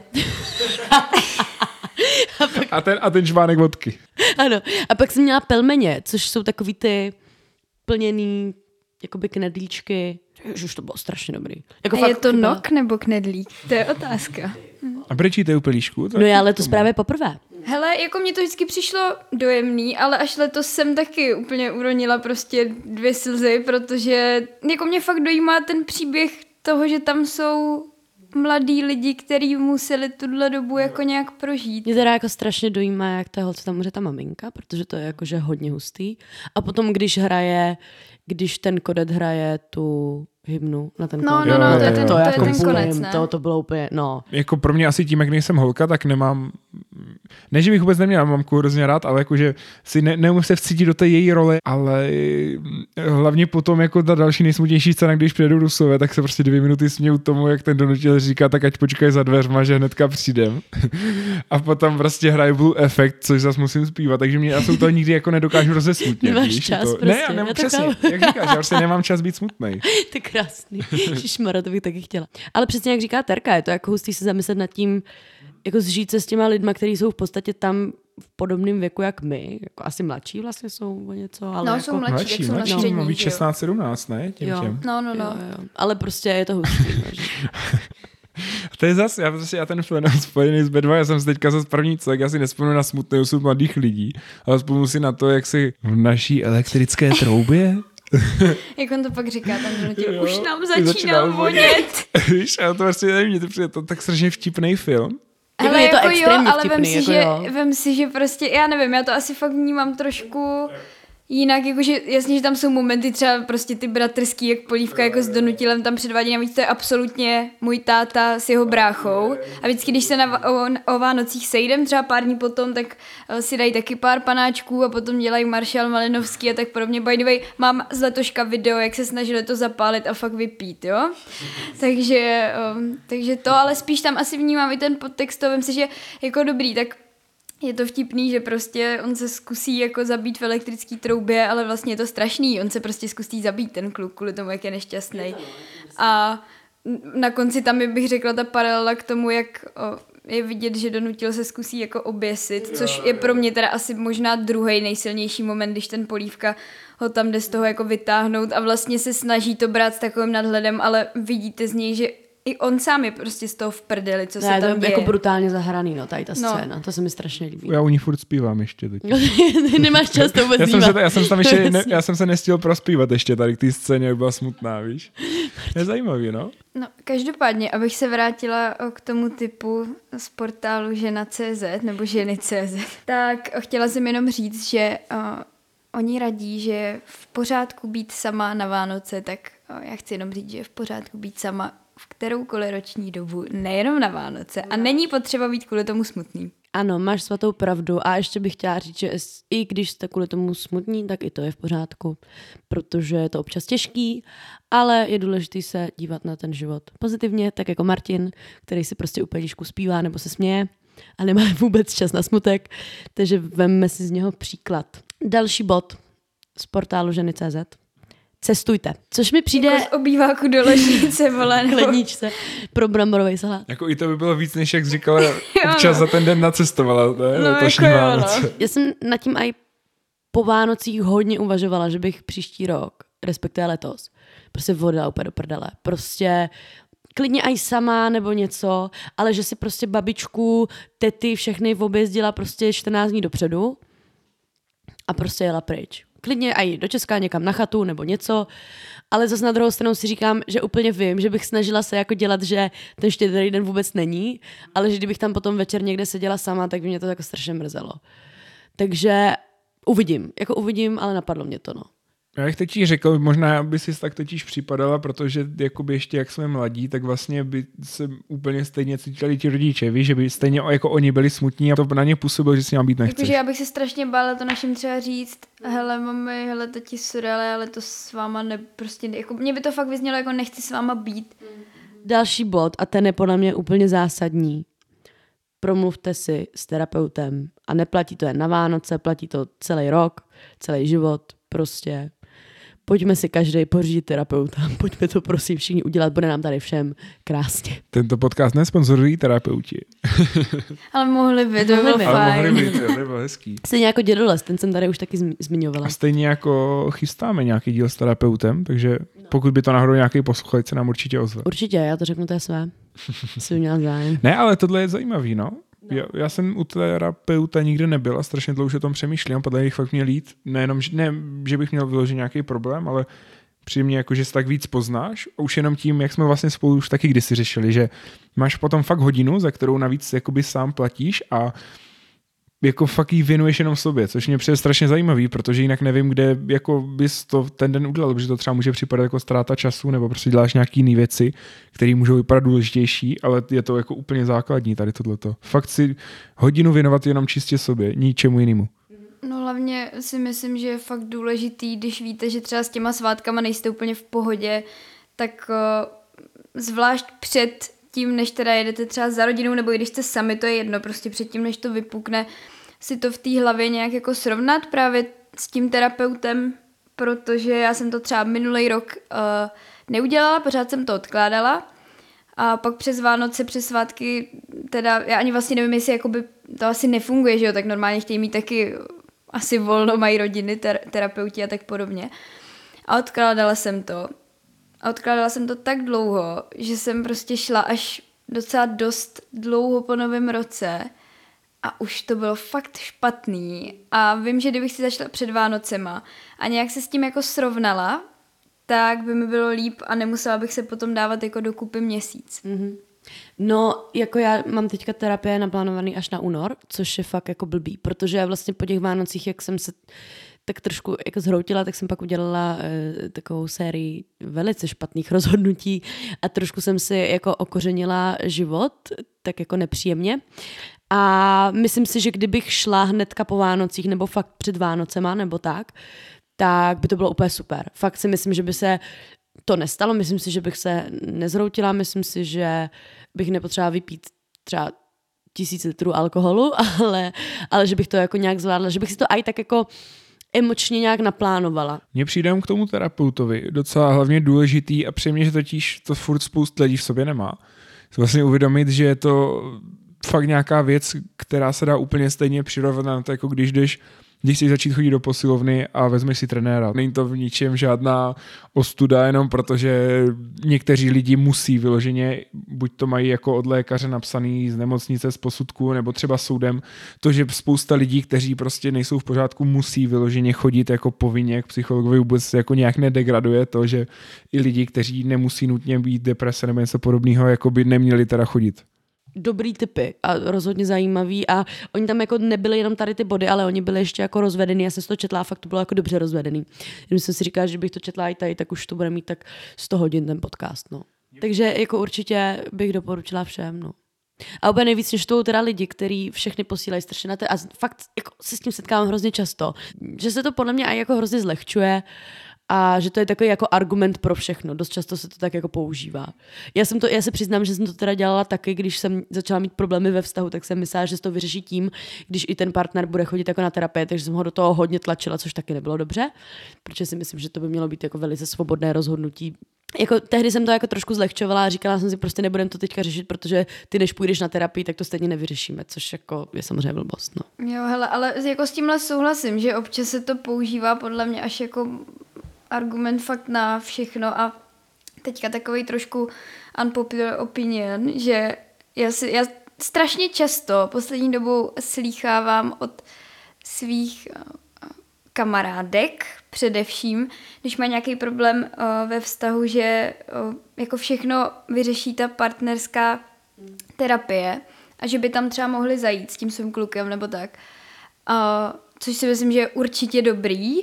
a, pak... a, ten, a ten žvánek vodky. Ano. A pak jsem měla pelmeně, což jsou takový ty plněný jakoby knedlíčky. Ježiš, to bylo strašně dobrý. Jako a fakt je to chyba. nok nebo knedlík? To je otázka. A brečíte u pelíšku? No já letos právě poprvé. Hele, jako mě to vždycky přišlo dojemný, ale až letos jsem taky úplně uronila prostě dvě slzy, protože jako mě fakt dojímá ten příběh toho, že tam jsou mladí lidi, kteří museli tuhle dobu jako nějak prožít. Mě teda jako strašně dojímá, jak té holce tam může ta maminka, protože to je jakože hodně hustý. A potom, když hraje, když ten kodet hraje tu hymnu na ten No, konec. no, no, Jo, to je jo, ten, jo. to je jako ten konec, blím, ne? to, to bylo úplně, no. Jako pro mě asi tím, jak nejsem holka, tak nemám, ne, že bych vůbec neměla mamku hrozně rád, ale jakože si ne, neumím se vcítit do té její role, ale hlavně potom jako ta další nejsmutnější scéna, když přijedou Rusové, tak se prostě dvě minuty směju tomu, jak ten donutil říká, tak ať počkej za dveřma, že hnedka přijdem. A potom prostě hraje Blue Effect, což zase musím zpívat, takže mě já se to nikdy jako nedokážu rozesmutnit. Nemáš víš, čas to... prostě, Ne, já nemám já to přesně, chápu. jak říkáš, já prostě nemám čas být smutnej. To je krásný. Ježišmarja, to bych taky chtěla. Ale přesně jak říká Terka, je to jako hustý se zamyslet nad tím, jako zžít se s těma lidma, kteří jsou v podstatě tam v podobném věku jak my, jako asi mladší vlastně jsou o něco, ale No, jako... jsou mladší, Mladší, jak jsou na mladší, střední, mám být že jo? šestnáct sedmnáct, ne? Těm, Jo. těm. No, no, no. Jo, jo. Ale prostě je to hustý. No, že... To je zase, já, prostě, já ten film spojený s bé dva, já jsem si teďka zase první co, já si nespomenu na smutný osud mladých lidí, ale vzpomenu si na to, jak si v naší elektrické troubě Jak on to pak říká, tam donutí, Jo, už nám začíná začíná vonět. víš, a to vlastně nevím, to přijde to tak strašně vtipný film. Jako Hele, je to jako jo, extrémně ale vem vtipný, si, jako že, jo. vem si, že prostě, já nevím, já to asi fakt vnímám trošku jinak, jakože jasně, že tam jsou momenty třeba prostě ty bratrský, jak Polívka jako s Donutilem tam předvádí, navíc to je absolutně můj táta s jeho bráchou a vždycky, když se na, o, o Vánocích sejdem, třeba pár dní potom, tak uh, si dají taky pár panáčků a potom dělají Maršal Malinovský a tak podobně. By the way, mám z letoška video, jak se snažili to zapálit a fakt vypít, jo? takže, um, takže to, ale spíš tam asi vnímám i ten podtext, to vem si, že jako dobrý, tak je to vtipný, že prostě on se zkusí jako zabít v elektrické troubě, ale vlastně je to strašný. On se prostě zkusí zabít, ten kluk, kvůli tomu, jak je nešťastný. A na konci tam je, bych řekla, ta paralela k tomu, jak o, je vidět, že Donutil se zkusí jako oběsit, což je pro mě teda asi možná druhý nejsilnější moment, když ten Polívka ho tam jde z toho jako vytáhnout a vlastně se snaží to brát s takovým nadhledem, ale vidíte z něj, že i on sám je prostě z toho v prdeli, co se Ne, to tam je děje. jako brutálně zahraný, no, tady ta No. scéna. To se mi strašně líbí. Já u ní furt zpívám ještě teď. Nemáš čas to vůbec Já jsem, dívat. se, já, jsem se tam ještě, ne, já jsem se nestihl prospívat ještě tady k té scéně, jak byla smutná, víš. Je zajímavý, no? No, každopádně, abych se vrátila o, k tomu typu z portálu žena tečka cé zet nebo ženy tečka cé zet, tak chtěla jsem jenom říct, že o, oni radí, že je v pořádku být sama na Vánoce, tak o, já chci jenom říct, že je v pořádku být sama v kteroukoliv roční dobu, nejenom na Vánoce. A není potřeba být kvůli tomu smutný. Ano, máš svatou pravdu a ještě bych chtěla říct, že i když jste kvůli tomu smutní, tak i to je v pořádku, protože je to občas těžký, ale je důležité se dívat na ten život pozitivně, tak jako Martin, který si prostě úplně tížku zpívá nebo se směje a nemá vůbec čas na smutek, takže vemme si z něho příklad. Další bod z portálu ženy tečka cé zet. Cestujte. Což mi přijde... Jako z obýváku do ložnice, vole. Nebo... Kledničce pro bramborový salát. Jako i to by bylo víc, než jak jsi říkala, občas za ten den nacestovala, ne? No, Letošní jako jo, Vánoce. no. Já jsem nad tím i po Vánocích hodně uvažovala, že bych příští rok, respektive letos, prostě odjela úplně do prdele. Prostě klidně i sama nebo něco, ale že si prostě babičku, tety, všechny objezdila prostě čtrnáct dní dopředu a prostě jela pryč. Klidně i do Česka někam na chatu nebo něco, ale zase na druhou stranu si říkám, že úplně vím, že bych snažila se jako dělat, že ten štědrý den vůbec není, ale že kdybych tam potom večer někde seděla sama, tak by mě to jako strašně mrzelo. Takže uvidím, jako uvidím, ale napadlo mě to, no. Já bych teď ti řekl, možná by si tak totiž připadala, protože jakoby ještě jak jsme mladí, tak vlastně by se úplně stejně cítili ti rodiče, víš, že by stejně jako oni byli smutní a to na ně působilo, že si mám být nechceš. Jakože já bych se strašně bála to našim třeba říct, hele mami, hele tati, sorry, ale to s váma ne, prostě, jako mě by to fakt vyznělo, jako nechci s váma být. Další bod, a ten je podle mě úplně zásadní. Promluvte si s terapeutem a neplatí to jen na Vánoce, platí to celý rok, celý život, prostě. Pojďme si každý pořídit terapeuta. Pojďme to prosím všichni udělat, bude nám tady všem krásně. Tento podcast nesponzorují terapeuti. Ale mohli by, to by bylo by. Ale mohli fajn. být, to by bylo hezký. Stejně jako dědoles, ten jsem tady už taky zmi- zmiňovala. A stejně jako chystáme nějaký díl s terapeutem, takže pokud by to náhodou nějaký posluchač, se nám určitě ozve. Určitě, já to řeknu té své. Jsi měla zájem. Ne, ale tohle je zajímavý, no. No. Já, já jsem u terapeuta nikdy nebyl a strašně dlouho o tom přemýšlím. Podle mě fakt měl jít. Nejenom, ne, že bych měl vyložit nějaký problém, ale při mě jako, že se tak víc poznáš. A už jenom tím, jak jsme vlastně spolu už taky kdysi řešili, že máš potom fakt hodinu, za kterou navíc jakoby sám platíš a jako fakt jí věnuješ jenom sobě, což mě přijde strašně zajímavý, protože jinak nevím, kde jako bys to ten den udělal, protože to třeba může připadat jako ztráta času, nebo prostě děláš nějaký jiný věci, které můžou vypadat důležitější, ale je to jako úplně základní tady tohleto. Fakt si hodinu věnovat jenom čistě sobě, ničemu jinému. No hlavně si myslím, že je fakt důležitý, když víte, že třeba s těma svátkama nejste úplně v pohodě, tak uh, zvlášť před tím, než teda jedete třeba za rodinou, nebo i když jste sami, to je jedno, prostě předtím, než to vypukne, si to v té hlavě nějak jako srovnat právě s tím terapeutem, protože já jsem to třeba minulý rok uh, neudělala, pořád jsem to odkládala a pak přes Vánoce, přes svátky, teda já ani vlastně nevím, jestli jakoby to asi nefunguje, že jo, tak normálně chtějí mít taky asi volno, mají rodiny, ter- terapeuti a tak podobně. A odkládala jsem to. A odkládala jsem to tak dlouho, že jsem prostě šla až docela dost dlouho po novém roce a už to bylo fakt špatný. A vím, že kdybych si začala před Vánocema a nějak se s tím jako srovnala, tak by mi bylo líp a nemusela bych se potom dávat jako dokupy měsíc. Mm-hmm. No, jako já mám teďka terapie naplánovaný až na únor, což je fakt jako blbý, protože já vlastně po těch Vánocích, jak jsem se tak trošku jako zhroutila, tak jsem pak udělala e, takovou sérii velice špatných rozhodnutí a trošku jsem si jako okořenila život, tak jako nepříjemně. A myslím si, že kdybych šla hnedka po Vánocích nebo fakt před Vánocema nebo tak, tak by to bylo úplně super. Fakt si myslím, že by se to nestalo, myslím si, že bych se nezhroutila, myslím si, že bych nepotřebovala vypít třeba tisíc litrů alkoholu, ale, ale že bych to jako nějak zvládla, že bych si to aj tak jako emočně nějak naplánovala. Mně přijde k tomu terapeutovi docela hlavně důležitý a přijemně, že totiž to furt spoust lidí v sobě nemá. Vlastně uvědomit, že je to fakt nějaká věc, která se dá úplně stejně přirovnat na to, jako když jdeš když chceš začít chodit do posilovny a vezmeš si trenéra. Není to v ničem žádná ostuda, jenom protože někteří lidi musí vyloženě, buď to mají jako od lékaře napsaný z nemocnice, z posudku, nebo třeba soudem, to, že spousta lidí, kteří prostě nejsou v pořádku, musí vyloženě chodit jako povinně k psychologovi, vůbec jako nějak nedegraduje to, že i lidi, kteří nemusí nutně být deprese nebo něco podobného, jako by neměli teda chodit. Dobrý tipy a rozhodně zajímavý a oni tam jako nebyli jenom tady ty body, ale oni byli ještě jako rozvedený, já jsem si to četla a fakt to bylo jako dobře rozvedený. Jenom jsem si říkala, že bych to četla i tady, tak už to bude mít tak sto hodin ten podcast, no. Takže jako určitě bych doporučila všem, no. A úplně nejvíc než to teda lidi, kteří všechny posílají strašně na to a fakt jako se s tím setkávám hrozně často, že se to podle mě i jako hrozně zlehčuje a že to je takový jako argument pro všechno. Dost často se to tak jako používá. Já jsem to, já se přiznám, že jsem to teda dělala taky, když jsem začala mít problémy ve vztahu, tak jsem myslela, že se to vyřeší tím, když i ten partner bude chodit jako na terapii, takže jsem ho do toho hodně tlačila, což taky nebylo dobře, protože si myslím, že to by mělo být jako velice svobodné rozhodnutí. Jako tehdy jsem to jako trošku zlehčovala a říkala jsem si, prostě nebudem to teďka řešit, protože ty než půjdeš na terapii, tak to stejně nevyřešíme, což jako je samozřejmě blbost, no. Jo, hele, ale jako s tímhle souhlasím, že občas se to používá podle mě až jako argument fakt na všechno a teďka takový trošku unpopular opinion, že já, si, já strašně často poslední dobou slýchávám od svých kamarádek především, když má nějaký problém uh, ve vztahu, že uh, jako všechno vyřeší ta partnerská terapie a že by tam třeba mohli zajít s tím svým klukem nebo tak. Uh, což si myslím, že je určitě dobrý,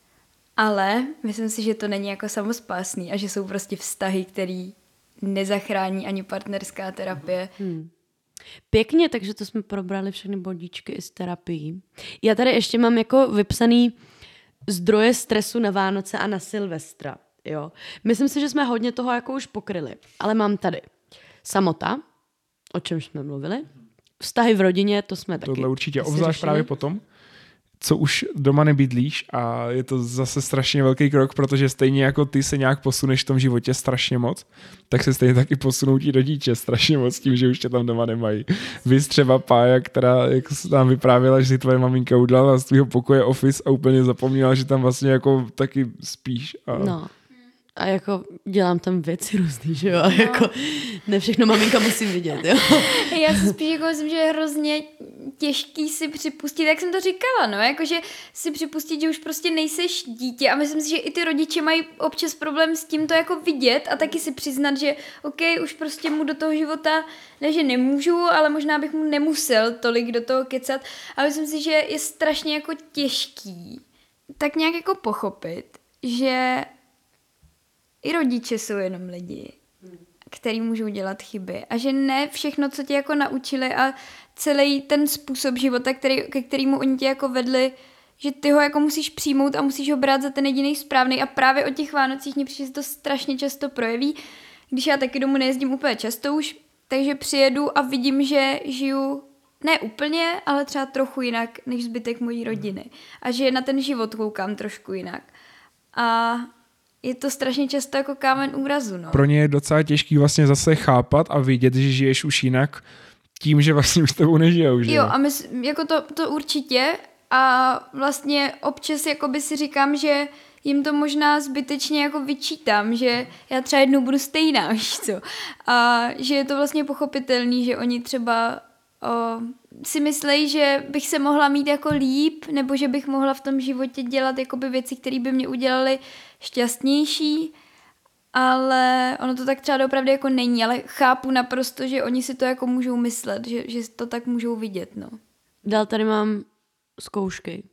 ale myslím si, že to není jako samospásný a že jsou prostě vztahy, který nezachrání ani partnerská terapie. Hmm. Pěkně, takže to jsme probrali všechny bodíčky i z terapií. Já tady ještě mám jako vypsaný zdroje stresu na Vánoce a na Silvestra. Jo. Myslím si, že jsme hodně toho jako už pokryli, ale mám tady samota, o čem jsme mluvili, vztahy v rodině, to jsme taky. Tohle určitě, obzvlášť právě potom, co už doma nebydlíš a je to zase strašně velký krok, protože stejně jako ty se nějak posuneš v tom životě strašně moc, tak se stejně taky posunou ti rodiče strašně moc tím, že už tě tam doma nemají. Vys třeba Pája, která jak nám vyprávěla, že si tvoje maminka udělala z tvýho pokoje office a úplně zapomněla, že tam vlastně jako taky spíš. A... No. A jako dělám tam věci různý, že jo? A jako ne všechno maminka musí vidět, jo? Já si spíš jako myslím, že je hrozně těžký si připustit, jak jsem to říkala, no, jakože si připustit, že už prostě nejseš dítě a myslím si, že i ty rodiče mají občas problém s tím to jako vidět a taky si přiznat, že ok, už prostě mu do toho života, ne, že nemůžu, ale možná bych mu nemusel tolik do toho kecat a myslím si, že je strašně jako těžký tak nějak jako pochopit, že i rodiče jsou jenom lidi, který můžou dělat chyby a že ne všechno, co tě jako naučili a celý ten způsob života, který, ke kterému oni tě jako vedli, že ty ho jako musíš přijmout a musíš ho brát za ten jediný správný a právě o těch Vánocích mě přijde, že se to strašně často projeví, když já taky domů nejezdím úplně často už, takže přijedu a vidím, že žiju ne úplně, ale třeba trochu jinak než zbytek mojí rodiny a že na ten život koukám trošku jinak a je to strašně často jako kámen úrazu, no. Pro ně je docela těžký vlastně zase chápat a vidět, že žiješ už jinak tím, že vlastně už s tebou nežijou, že? Jo, a my, jako to, to určitě a vlastně občas jakoby si říkám, že jim to možná zbytečně jako vyčítám, že já třeba jednou budu stejná, víš co. A že je to vlastně pochopitelný, že oni třeba o, si myslejí, že bych se mohla mít jako líp, nebo že bych mohla v tom životě dělat jakoby věci, které by mě udělaly šťastnější, ale ono to tak třeba doopravdy jako není, ale chápu naprosto, že oni si to jako můžou myslet, že, že to tak můžou vidět, no. Dál tady mám zkoušky,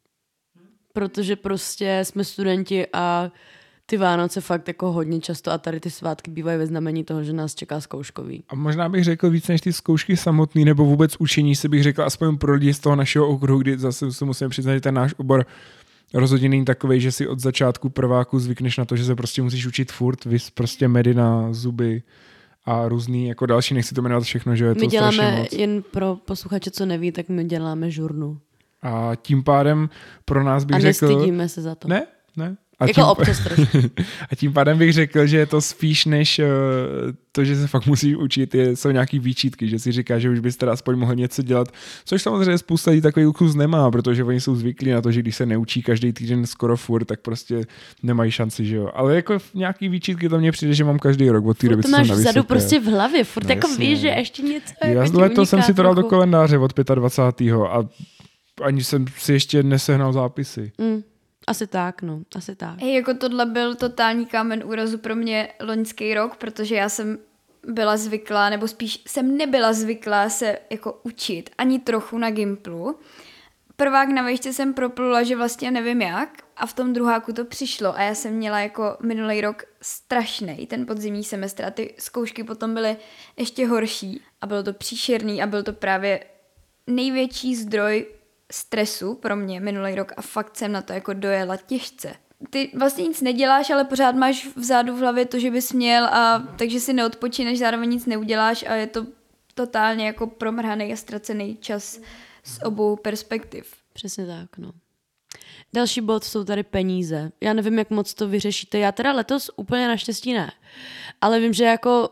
protože prostě jsme studenti a ty Vánoce fakt jako hodně často a tady ty svátky bývají ve znamení toho, že nás čeká zkouškový. A možná bych řekl víc než ty zkoušky samotný, nebo vůbec učení se bych řekl aspoň pro lidi z toho našeho okruhu, kdy zase se musím přiznat, že ten náš obor rozhodně není takovej, že si od začátku prváku zvykneš na to, že se prostě musíš učit furt, vys prostě medina, zuby a různý jako další, nechci to jmenovat všechno, že je to my děláme, strašně moc. jen pro posluchače, co neví, tak my děláme žurnu. A tím pádem pro nás bych a řekl... A nestydíme se za to. Ne, ne. A jako tím, občas trošku. A tím pádem bych řekl, že je to spíš než uh, to, že se fakt musí učit, je, jsou nějaký výčítky, že si říká, že už bys teda aspoň mohl něco dělat, což samozřejmě spousta lidí takový luxus nemá, protože oni jsou zvyklí na to, že když se neučí každý týden skoro furt, tak prostě nemají šanci, že jo. Ale jako nějaký výčítky to mně přijde, že mám každý rok od té doby, co jsem na vysoké. To máš vzadu prostě v hlavě, furt no, jako jasně. víš, že ještě něco Já jako letos jsem si to dal trochu. do kalendáře od dvacátého pátého a ani jsem si ještě nesehnal zápisy. Mm. Asi tak, no, asi tak. Hej, jako tohle byl totální kámen úrazu pro mě loňský rok, protože já jsem byla zvyklá, nebo spíš jsem nebyla zvyklá se jako učit ani trochu na Gimplu. Prvák na vejšce jsem proplula, že vlastně nevím jak a v tom druháku to přišlo a já jsem měla jako minulý rok strašnej ten podzimní semestr a ty zkoušky potom byly ještě horší a bylo to příšerný a byl to právě největší zdroj stresu pro mě minulý rok a fakt jsem na to jako dojela těžce. Ty vlastně nic neděláš, ale pořád máš vzadu v hlavě to, že bys měl a takže si neodpočineš, zároveň nic neuděláš a je to totálně jako promrhaný a ztracený čas z obou perspektiv. Přesně tak, no. Další bod jsou tady peníze. Já nevím, jak moc to vyřešíte. Já teda letos úplně naštěstí ne. Ale vím, že jako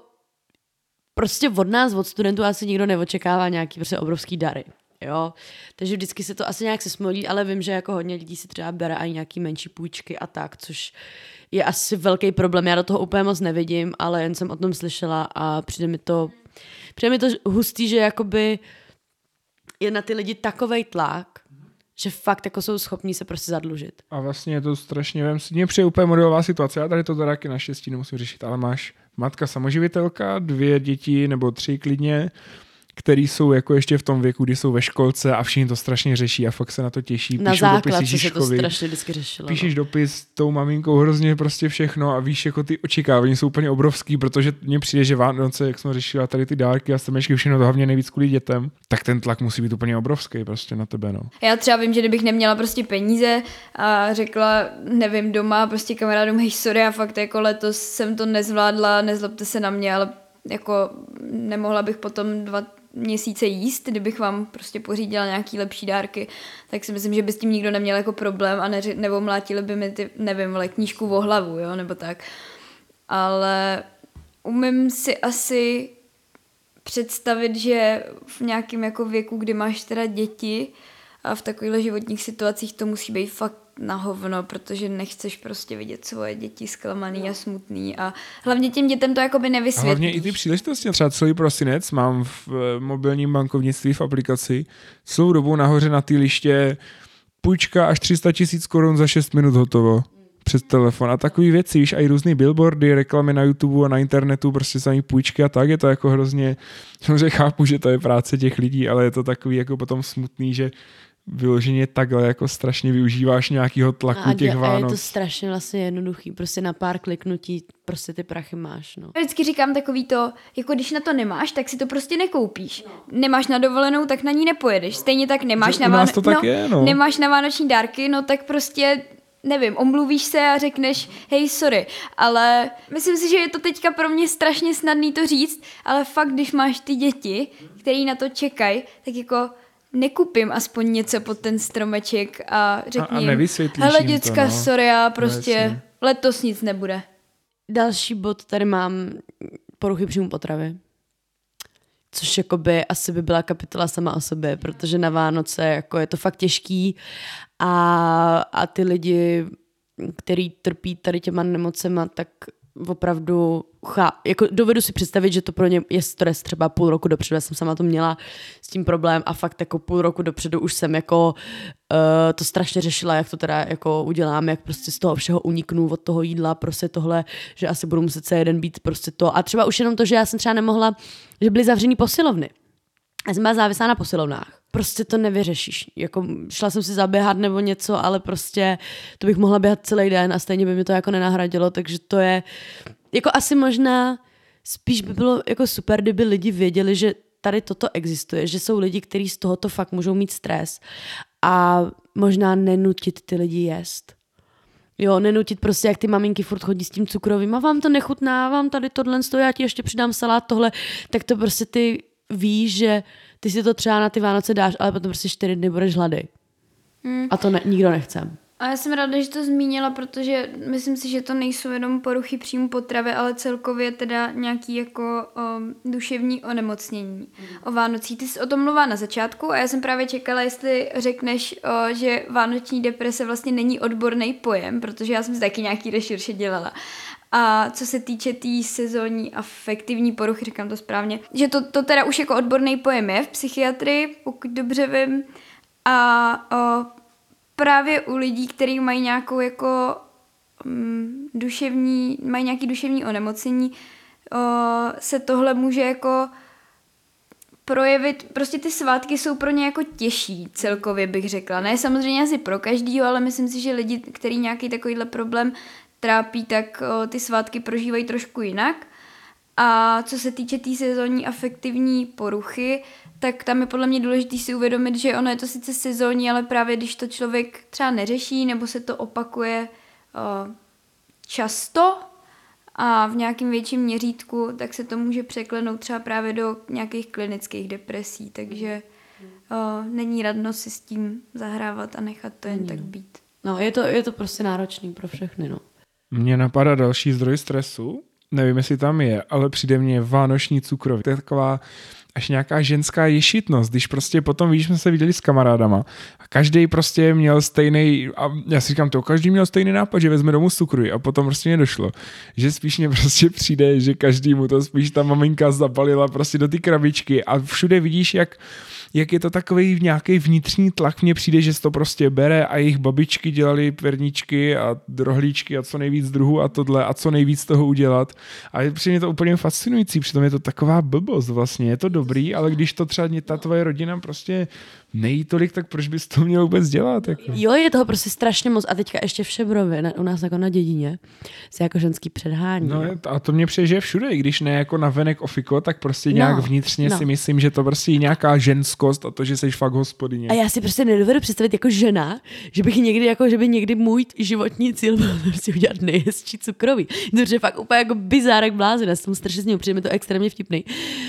prostě od nás, od studentů asi nikdo neočekává nějaký prostě obrovský dary. Jo, takže vždycky se to asi nějak sesmolí, ale vím, že jako hodně lidí si třeba bere i nějaký menší půjčky a tak, což je asi velký problém. Já do toho úplně moc nevidím, ale jen jsem o tom slyšela a přijde mi to, přijde mi to hustý, že jakoby je na ty lidi takovej tlak, že fakt jako jsou schopní se prostě zadlužit. A vlastně je to strašně, vem si, mně přijde úplně modelová situace, já tady to teda taky naštěstí nemusím řešit, ale máš matka samoživitelka, dvě děti nebo tři klidně, který jsou jako ještě v tom věku, kdy jsou ve školce a všichni to strašně řeší a fakt se na to těší. Na Píšou dopis základce se to Ježíškovi, strašně vždycky řešilo. Píšeš no. dopis tou maminkou hrozně prostě všechno a víš, jako ty očekávání jsou úplně obrovský, protože mně přijde, že Vánoce, jak jsme řešili tady ty dárky a stromečky, všechno to hlavně nejvíc kvůli dětem, tak ten tlak musí být úplně obrovský prostě na tebe, no. Já třeba vím, že kdybych neměla prostě peníze a řekla, nevím, doma prostě kamarádům, hej, sorry, a fakt jako letos jsem to nezvládla, nezlobte se na mě, ale jako nemohla bych potom dva měsíce jíst, kdybych vám prostě pořídila nějaký lepší dárky, tak si myslím, že by s tím nikdo neměl jako problém a neři, nebo mlátili by mi ty, nevím, vole, knížku o hlavu, jo, nebo tak. Ale umím si asi představit, že v nějakém jako věku, kdy máš teda děti a v takovýchhle životních situacích to musí být fakt na hovno, protože nechceš prostě vidět svoje děti zklamaný a smutný a hlavně těm dětem to jakoby nevysvětlíš. A hlavně i ty příležitosti, třeba celý prosinec mám v mobilním bankovnictví v aplikaci celou dobu nahoře na té liště půjčka až tři sta tisíc korun za šest minut hotovo přes telefon a takový věci, víš, a i různý billboardy, reklamy na YouTube a na internetu, prostě samý půjčky a tak, je to jako hrozně, samozřejmě chápu, že to je práce těch lidí, ale je to takový jako potom smutný, že vyloženě takhle jako strašně využíváš nějakého tlaku a těch A Vánoc. je to strašně vlastně jednoduchý, prostě na pár kliknutí prostě ty prachy máš, no. Já vždycky říkám takový to, jako když na to nemáš, tak si to prostě nekoupíš. Nemáš na dovolenou, tak na ní nepojedeš. Stejně tak nemáš, na, Váno... to tak no, je, no. nemáš na vánoční dárky, no tak prostě nevím, omluvíš se a řekneš hej, sorry, ale myslím si, že je to teďka pro mě strašně snadný to říct, ale fakt, když máš ty děti, který na to čekají, tak jako nekupím aspoň něco pod ten stromeček a řekni jim, hele děcka, to, no. sorry, a prostě no, letos nic nebude. Další bod tady mám poruchy příjmu potravy. Což jakoby asi by byla kapitola sama o sobě, protože na Vánoce jako je to fakt těžký a, a ty lidi, který trpí tady těma nemocema, tak opravdu chá, jako dovedu si představit, že to pro ně je stres třeba půl roku dopředu, já jsem sama to měla s tím problém a fakt jako půl roku dopředu už jsem jako uh, to strašně řešila, jak to teda jako udělám, jak prostě z toho všeho uniknu od toho jídla, prostě tohle, že asi budu muset se jeden být prostě to a třeba už jenom to, že já jsem třeba nemohla, že byly zavřený posilovny. Já jsem byla závislá na posilovnách. Prostě to nevyřešíš. Jako šla jsem si zaběhat nebo něco, ale prostě to bych mohla běhat celý den a stejně by mi to jako nenahradilo, takže to je jako asi možná spíš by bylo jako super, kdyby lidi věděli, že tady toto existuje, že jsou lidi, kteří z tohoto fakt můžou mít stres a možná nenutit ty lidi jíst. Jo, nenutit prostě, jak ty maminky furt chodí s tím cukrovým a vám to nechutná, vám tady tohle stojí, já ti ještě přidám salát, tohle, tak to prostě ty víš, že ty si to třeba na ty Vánoce dáš, ale potom prostě čtyři dny budeš hlady. Hmm. A to ne, nikdo nechce. A já jsem ráda, že to zmínila, protože myslím si, že to nejsou jenom poruchy příjmu potravy, ale celkově teda nějaký jako o, duševní onemocnění. Hmm. O Vánocích. Ty jsi o tom mluvila na začátku a já jsem právě čekala, jestli řekneš, o, že vánoční deprese vlastně není odborný pojem, protože já jsem si taky nějaký rešerše dělala. A co se týče té tý sezónní afektivní poruchy, říkám to správně, že to, to teda už jako odborný pojem je v psychiatrii, pokud dobře vím. A o, právě u lidí, kteří mají nějakou jako um, duševní, mají nějaký duševní onemocnění, o, se tohle může jako projevit, prostě ty svátky jsou pro ně jako těžší celkově, bych řekla. Ne samozřejmě asi pro každýho, ale myslím si, že lidi, kteří nějaký takovýhle problém trápí, tak o, ty svátky prožívají trošku jinak. A co se týče té tý sezónní afektivní poruchy, tak tam je podle mě důležité si uvědomit, že ono je to sice sezónní, ale právě když to člověk třeba neřeší, nebo se to opakuje o, často a v nějakém větším měřítku, tak se to může překlenout třeba právě do nějakých klinických depresí, takže o, není radno si s tím zahrávat a nechat to jen mm. tak být. No, je to, je to prostě náročný pro všechny, no. Mně napadá další zdroj stresu, nevím, jestli tam je, ale přijde mně vánoční cukroví. To je taková až nějaká ženská ješitnost, když prostě potom, víš, jsme se viděli s kamarádama a každý prostě měl stejný, a já si říkám to, každý měl stejný nápad, že vezme domů cukroví a potom prostě mě došlo, že spíš mě prostě přijde, že každému to spíš ta maminka zabalila prostě do ty krabičky a všude vidíš, jak jak je to takový nějaký vnitřní tlak, mně přijde, že se to prostě bere a jejich babičky dělali perníčky a rohlíčky a co nejvíc druhů a tohle a co nejvíc toho udělat. A je přijde to úplně fascinující, přitom je to taková blbost vlastně, je to dobrý, ale když to třeba ta tvoje rodina prostě nejí tolik, tak proč bys to měl vůbec dělat? Jako? Jo, je toho prostě strašně moc a teďka ještě v Šebrově, na, u nás jako na dědině, se jako ženský předhání. No a to mě přijde, že je všude, i když ne jako navenek ofiko, tak prostě nějak no, vnitřně no. si myslím, že to prostě je nějaká ženskost a to, že jsi fakt hospodyně. A já si prostě nedovedu představit jako žena, že bych někdy, jako, že by někdy můj životní cíl byl prostě udělat nejhezčí cukroví. Protože fakt úplně jako bizárek blázen, já jsem strašně s ním, přijde mi to extrémně vtipný.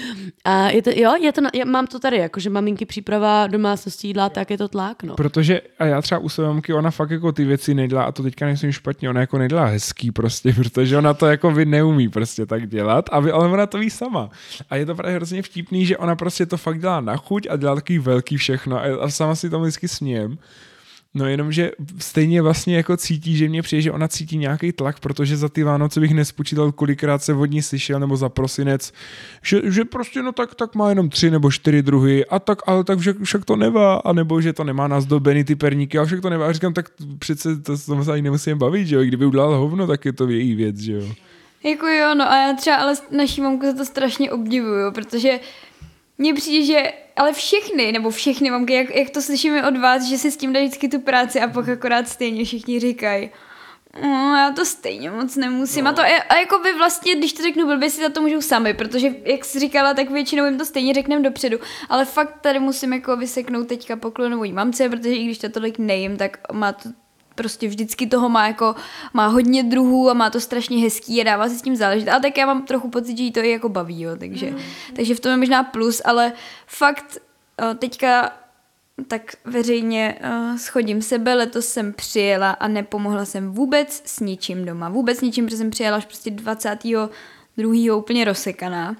A je to, jo, je to, já mám to tady, jakože maminky příprava domácností jídla, tak je to tlak, no. Protože a já třeba u své mamky, ona fakt jako ty věci nedělá a to teďka nejsem špatně, ona jako nedělá hezký prostě, protože ona to jako vy neumí prostě tak dělat, a vy, ale ona to ví sama. A je to právě hrozně vtipný, že ona prostě to fakt dělá na chuť a dělá takový velký všechno a, a sama si tam vždycky smějem. No jenom, že stejně vlastně jako cítí, že mě přijde, že ona cítí nějaký tlak, protože za ty Vánoce bych nespočítal, kolikrát se od ní slyšel, nebo za prosinec, že, že prostě no tak, tak má jenom tři nebo čtyři druhy a tak, ale tak však, však to nevá, anebo že to nemá nazdobený ty perníky a však to nevá. A říkám, tak přece to, to se ani nemusím bavit, že jo, kdyby udělal hovno, tak je to její věc, že jo. Jako jo, no a já třeba ale naší mamku za to strašně obdivuju, protože mně přijde, že ale všechny, nebo všechny mamky, jak, jak to slyšíme od vás, že si s tím dají vždycky tu práci a pak akorát stejně všichni říkají, no, já to stejně moc nemusím. No. A, to, a jako vy vlastně, když to řeknu blbě, si za to můžou sami, protože jak jsi říkala, tak většinou jim to stejně řekneme dopředu. Ale fakt tady musím jako vyseknout teďka poklonu mojí mamce, protože i když to tolik nejím, tak má to prostě vždycky toho má jako, má hodně druhů a má to strašně hezký a dává si s tím záležet. A tak já mám trochu pocit, že jí to i jako baví, jo, takže, mm. takže v tom je možná plus, ale fakt teďka tak veřejně uh, schodím sebe, letos jsem přijela a nepomohla jsem vůbec s ničím doma. Vůbec ničím, protože jsem přijela až prostě dvacátého druhého úplně rozsekaná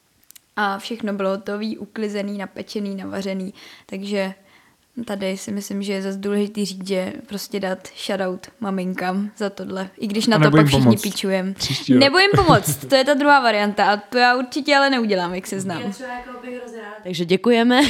a všechno bylo hotový, uklizený, napečený, navařený, takže tady si myslím, že je zase důležitý říct, že prostě dát shoutout maminkám za tohle. I když na to pak všichni píčujem. Nebo jim pomoct, to je ta druhá varianta a to já určitě ale neudělám, jak se znám. Takže děkujeme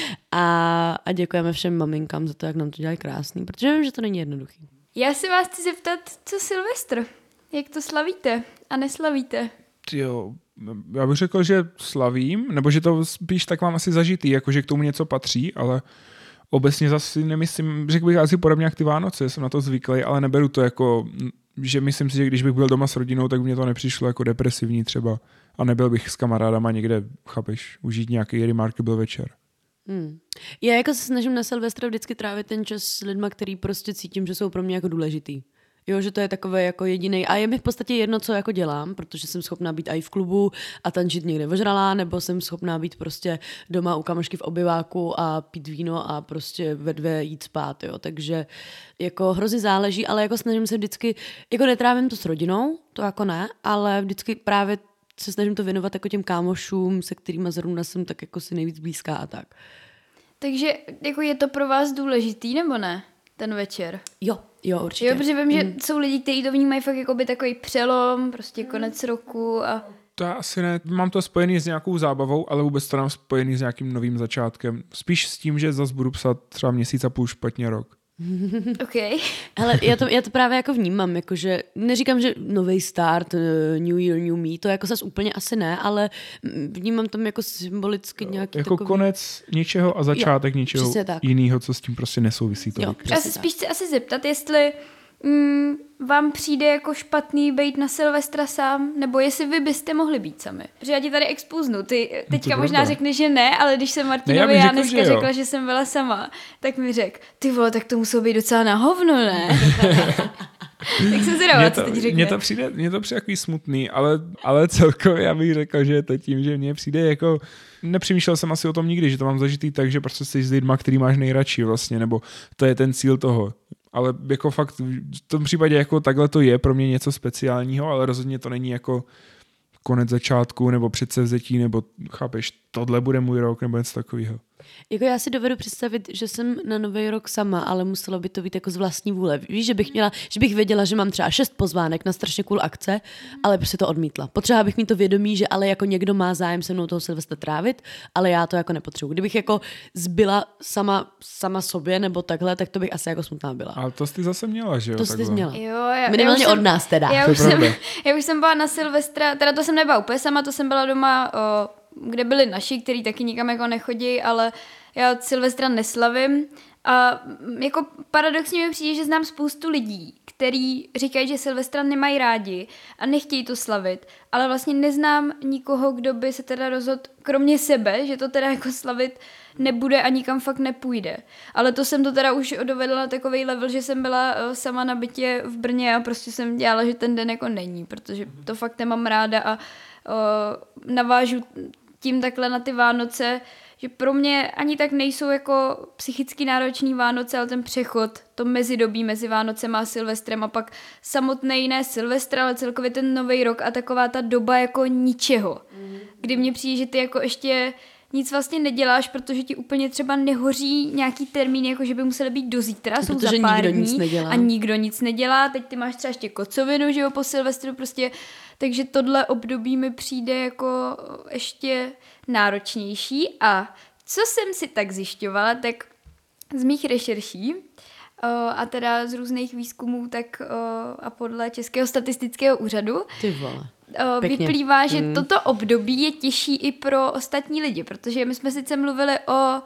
a, a děkujeme všem maminkám za to, jak nám to dělají krásný, protože vím, že to není jednoduchý. Já si vás chci zeptat, co Silvestr? Jak to slavíte a neslavíte? Jo, já bych řekl, že slavím, nebo že to spíš tak mám asi zažitý, jakože k tomu něco patří, ale obecně zase nemyslím, řekl bych asi podobně jak ty Vánoce, jsem na to zvyklý, ale neberu to jako, že myslím si, že když bych byl doma s rodinou, tak mě to nepřišlo jako depresivní třeba a nebyl bych s kamarádama někde, chápeš, užít nějaký remarkable večer. Hmm. Já jako se snažím na Silvestra vždycky trávit ten čas s lidma, který prostě cítím, že jsou pro mě jako důležitý. Jo, že to je takové jako jediný. A je mi v podstatě jedno, co jako dělám, protože jsem schopná být i v klubu a tančit někde ožralá, nebo jsem schopná být prostě doma u kamošky v obyváku a pít víno a prostě ve dvě jít spát, jo. Takže jako hrozně záleží, ale jako snažím se vždycky, jako netrávím to s rodinou, to jako ne, ale vždycky právě se snažím to věnovat jako těm kámošům, se kterýma zrovna jsem tak jako si nejvíc blízká a tak. Takže jako je to pro vás důležitý, nebo ne? Ten večer. Jo, jo, určitě. Jo, protože vím, že mm. jsou lidi, kteří to vnímají fakt jako by takový přelom, prostě konec roku a... To já asi ne, mám to spojený s nějakou zábavou, ale vůbec to mám spojený s nějakým novým začátkem. Spíš s tím, že zase budu psat třeba měsíc a půl špatně rok. OK. Hele, já to, já to právě jako vnímám, jakože neříkám, že nový start, new year, new me, to jako zase úplně asi ne, ale vnímám tam jako symbolicky nějaký jako takový... konec něčeho a začátek jo, něčeho jiného, co s tím prostě nesouvisí. Jo, já se spíš chci asi zeptat, jestli mm, vám přijde jako špatný být na Silvestra sám, nebo jestli vy byste mohli být sami. Protože já ti tady expoznu. Ty teďka no možná řekneš, že ne, ale když jsem Martinovi ne, já, já dneska že řekla, že jsem byla sama, tak mi řekl, ty vole, tak to muselo být docela na hovno, ne? Tak jsem si dala, co teď řekne. Mně to přijde, mně to přijde takový smutný, ale, ale celkově já bych řekl, že je to tím, že mně přijde jako, nepřemýšlel jsem asi o tom nikdy, že to mám zažitý tak, že prostě jsi s lidma, který máš nejradši vlastně, nebo to je ten cíl toho. Ale jako fakt v tom případě jako takhle to je pro mě něco speciálního, ale rozhodně to není jako konec začátku nebo předsevzetí, nebo chápeš, tohle bude můj rok nebo něco takového. Jako já si dovedu představit, že jsem na nový rok sama, ale muselo by to být jako z vlastní vůle. Víš, že bych měla, že bych věděla, že mám třeba šest pozvánek na strašně cool akce, ale prostě to odmítla. Potřeba bych mít to vědomí, že ale jako někdo má zájem se mnou toho Silvestra trávit, ale já to jako nepotřebuji. Kdybych jako zbyla sama, sama sobě nebo takhle, tak to bych asi jako smutná byla. Ale to jsi zase měla, že jo? To jsi měla. Jo, já, minimálně já od nás teda. Já už, jsem, já už jsem byla na Silvestra, teda to jsem nebyla úplně sama, to jsem byla doma, o, kde byli naši, kteří taky nikam jako nechodí, ale já od Silvestra neslavím a jako paradoxně mi přijde, že znám spoustu lidí, kteří říkají, že Silvestra nemají rádi a nechtějí to slavit, ale vlastně neznám nikoho, kdo by se teda rozhodl, kromě sebe, že to teda jako slavit nebude a nikam fakt nepůjde. Ale to jsem to teda už dovedla na takovej level, že jsem byla sama na bytě v Brně a prostě jsem dělala, že ten den jako není, protože to fakt nemám ráda a uh, navážu tím takhle na ty Vánoce, že pro mě ani tak nejsou jako psychicky náročný Vánoce, ale ten přechod, to mezidobí mezi Vánocem a Silvestrem a pak samotný ne Silvestr, ale celkově ten nový rok a taková ta doba jako ničeho. Mm. Kdy mně přijde, že ty jako ještě nic vlastně neděláš, protože ti úplně třeba nehoří nějaký termín, jako že by museli být do zítra, jsou za pár nikdo dní nic nedělá. A nikdo nic nedělá. Teď ty máš třeba ještě kocovinu, že jo, po Silvestru prostě, takže tohle období mi přijde jako ještě náročnější. A co jsem si tak zjišťovala, tak z mých rešerší a teda z různých výzkumů tak a podle Českého statistického úřadu, Ty vole. Pěkně. Vyplývá, že mm. toto období je těžší i pro ostatní lidi, protože my jsme sice mluvili o, o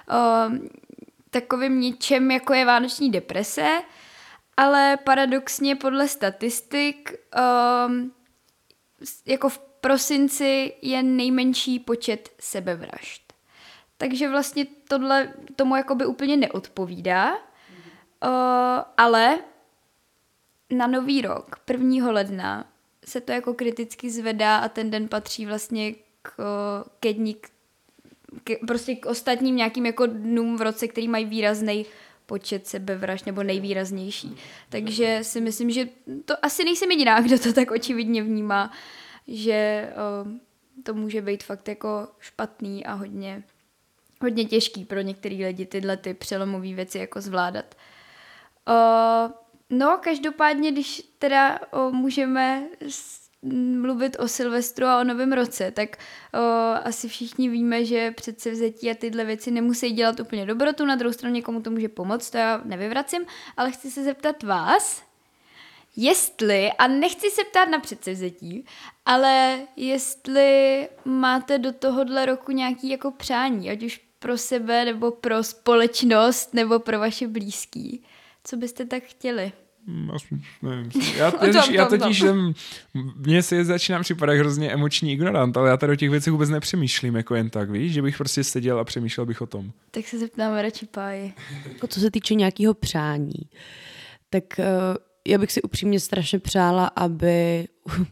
takovém něčem, jako je vánoční deprese, ale paradoxně podle statistik um, jako v prosinci je nejmenší počet sebevražd. Takže vlastně tohle tomu jakoby úplně neodpovídá, mm. uh, ale na nový rok, prvního ledna, se to jako kriticky zvedá a ten den patří vlastně k, ke dní, k, prostě k ostatním nějakým jako dnům v roce, který mají výrazný počet sebevražd nebo nejvýraznější. Takže si myslím, že to asi nejsem jediná, kdo to tak očividně vnímá, že o, to může být fakt jako špatný a hodně, hodně těžký pro některý lidi tyhle ty přelomové věci jako zvládat. O, No, každopádně, když teda o, můžeme s, mluvit o Silvestru a o Novém roce, tak o, asi všichni víme, že předsevzetí a tyhle věci nemusí dělat úplně dobrotu, na druhou stranu někomu to může pomoct, to já nevyvracím, ale chci se zeptat vás, jestli, a nechci se ptát na předsevzetí, ale jestli máte do tohohle roku nějaký jako přání, ať už pro sebe, nebo pro společnost, nebo pro vaše blízký. Co byste tak chtěli? Nevím. Já, totiž, já totiž jsem, mně se začínám připadat hrozně emoční ignorant, ale já tady o těch věcech vůbec nepřemýšlím jako jen tak, víš, že bych prostě seděl a přemýšlel bych o tom. Tak se zeptáme radši Páji. Co se týče nějakého přání, tak uh, já bych si upřímně strašně přála, aby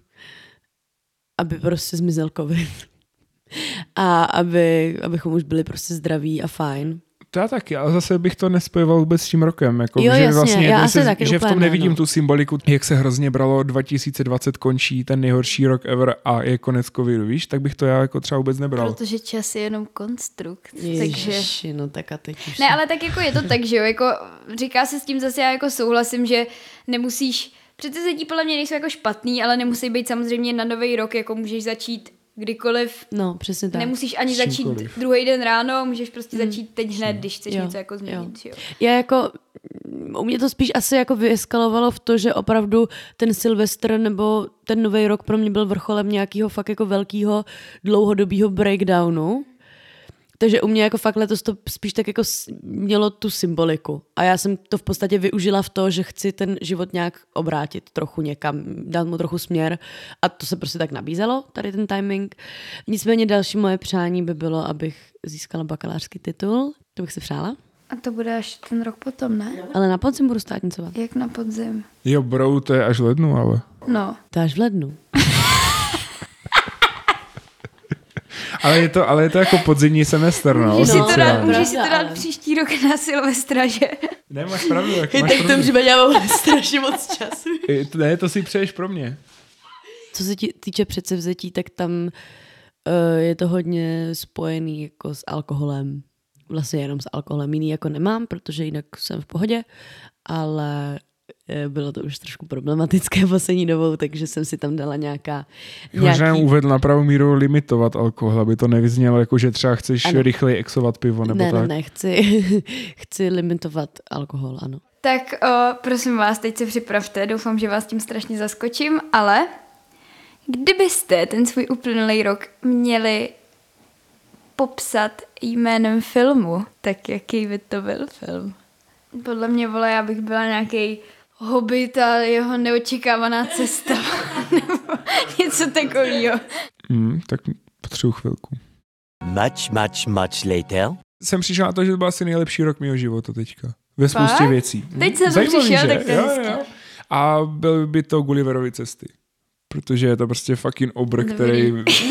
aby prostě zmizel covid. A aby, abychom už byli prostě zdraví a fajn. To já taky, ale zase bych to nespojoval vůbec s tím rokem. Jako, jo, že jasně, vlastně, já se, taky že v tom úplně, nevidím no. tu symboliku, jak se hrozně bralo dva tisíce dvacet končí, ten nejhorší rok ever a je konec covidu, víš? Tak bych to já jako třeba vůbec nebral. Protože čas je jenom konstrukt. Ježiši, takže... no tak a teď už... Ne, ale tak jako je to tak, že jo, jako říká se s tím zase, já jako souhlasím, že nemusíš, předsevzetí podle mě nejsou jako špatný, ale nemusí být samozřejmě na nový rok, jako můžeš začít kdykoliv. No, přesně tak. Nemusíš ani začít druhý den ráno, můžeš prostě začít teď hned, když chceš jo, něco jako změnit. Jo. Jo. Já jako, u mě to spíš asi jako vyeskalovalo v to, že opravdu ten Silvestr nebo ten nový rok pro mě byl vrcholem nějakého fakt jako velkého dlouhodobého breakdownu. Takže u mě jako fakt letos to spíš tak jako mělo tu symboliku. A já jsem to v podstatě využila v to, že chci ten život nějak obrátit trochu někam, dát mu trochu směr. A to se prostě tak nabízelo, tady ten timing. Nicméně další moje přání by bylo, abych získala bakalářský titul. To bych si přála. A to bude až ten rok potom, ne? Ale na podzim budu státnicovat. Jak na podzim? Jo, bro, to je až v lednu, ale... No. To je až v lednu. Ale je to, ale je to jako podzimní semestr, no. Můžeš no, si to dát, no, můžeš si to dát příští rok na Silvestra, že? Ne, máš pravdu. Jak tak máš v tom případě já mám strašně moc času. Ne, to si přeješ pro mě. Co se týče předsevzetí, tak tam uh, je to hodně spojený jako s alkoholem. Vlastně jenom s alkoholem. Jiný jako nemám, protože jinak jsem v pohodě, ale bylo to už trošku problematické poslední dobou, takže jsem si tam dala nějaká... Možná nějaký... uvedl na pravou míru limitovat alkohol, aby to nevyznělo jako, že třeba chceš ano. rychleji exovat pivo, nebo ne, tak. Ne, ne, chci, chci limitovat alkohol, ano. Tak o, prosím vás, teď se připravte, doufám, že vás tím strašně zaskočím, ale kdybyste ten svůj uplynulý rok měli popsat jménem filmu, tak jaký by to byl film? Podle mě, vole, já bych byla nějaký Hobbit a jeho neočekávaná cesta. Nebo něco takového. Hmm, tak potřebuji chvilku. Much, much, much later. Jsem přišel na to, že to byl asi nejlepší rok mého života teďka. Ve spoustě Fakt? věcí. Teď jsem to přišel, tak to je hezké. A byl by to Gulliverovy cesty. Protože je to prostě fucking obr, který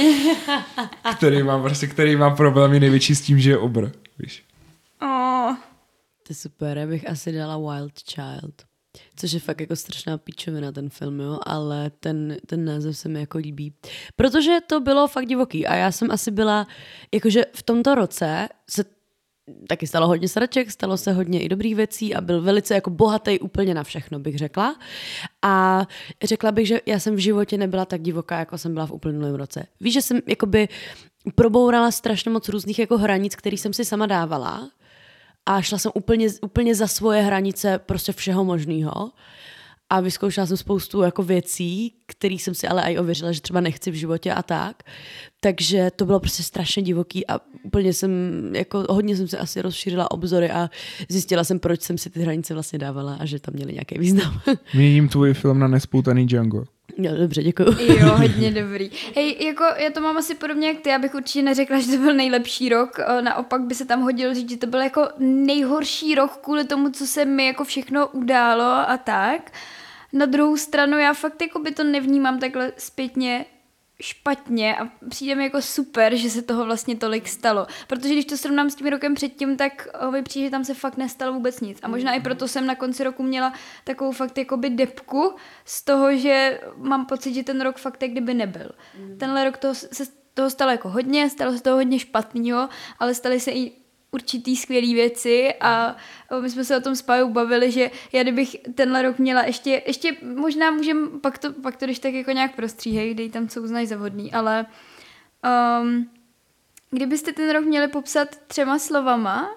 který má prostě, který má problémy největší s tím, že je obr, víš. Oh. To je super, já bych asi dala Wild Child. Což je fakt jako strašná píčovina ten film, jo, ale ten, ten název se mi jako líbí. Protože to bylo fakt divoký a já jsem asi byla, jakože v tomto roce se taky stalo hodně sraček, stalo se hodně i dobrých věcí a byl velice jako bohatý úplně na všechno, bych řekla. A řekla bych, že já jsem v životě nebyla tak divoká, jako jsem byla v uplynulém roce. Víš, že jsem jakoby probourala strašně moc různých jako hranic, které jsem si sama dávala a šla jsem úplně, úplně za svoje hranice prostě všeho možného. A vyzkoušela jsem spoustu jako věcí, kterých jsem si ale i ověřila, že třeba nechci v životě a tak. Takže to bylo prostě strašně divoký a úplně jsem, jako hodně jsem se asi rozšířila obzory a zjistila jsem, proč jsem si ty hranice vlastně dávala a že tam měly nějaký význam. Měním tvůj film na Nespoutaný Django. Jo, dobře, děkuju. Jo, hodně dobrý. Hej, jako já to mám asi podobně jak ty, já bych určitě neřekla, že to byl nejlepší rok, naopak by se tam hodilo říct, že to byl jako nejhorší rok kvůli tomu, co se mi jako všechno událo a tak. Na druhou stranu já fakt jako by to nevnímám takhle zpětně špatně a přijde mi jako super, že se toho vlastně tolik stalo. Protože když to srovnám s tím rokem předtím, tak mi přijde, že tam se fakt nestalo vůbec nic. A možná i proto jsem na konci roku měla takovou fakt jakoby depku z toho, že mám pocit, že ten rok fakt jak kdyby nebyl. Mm. Tenhle rok toho, se toho stalo jako hodně, stalo se toho hodně špatného, ale staly se i určitý skvělý věci a my jsme se o tom s Pájou bavili, že já kdybych tenhle rok měla ještě, ještě možná můžem, pak to, pak to když tak jako nějak prostříhej, dej tam, co uznají za vhodný, ale um, kdybyste ten rok měli popsat třema slovama,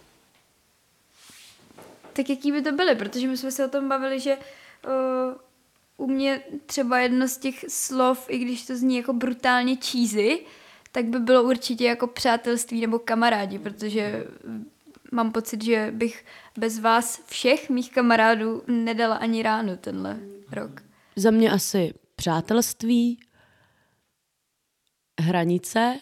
tak jaký by to byly, protože my jsme se o tom bavili, že uh, u mě třeba jedno z těch slov, i když to zní jako brutálně cheesy, tak by bylo určitě jako přátelství nebo kamarádi, protože mám pocit, že bych bez vás všech mých kamarádů nedala ani ránu tenhle rok. Za mě asi přátelství, hranice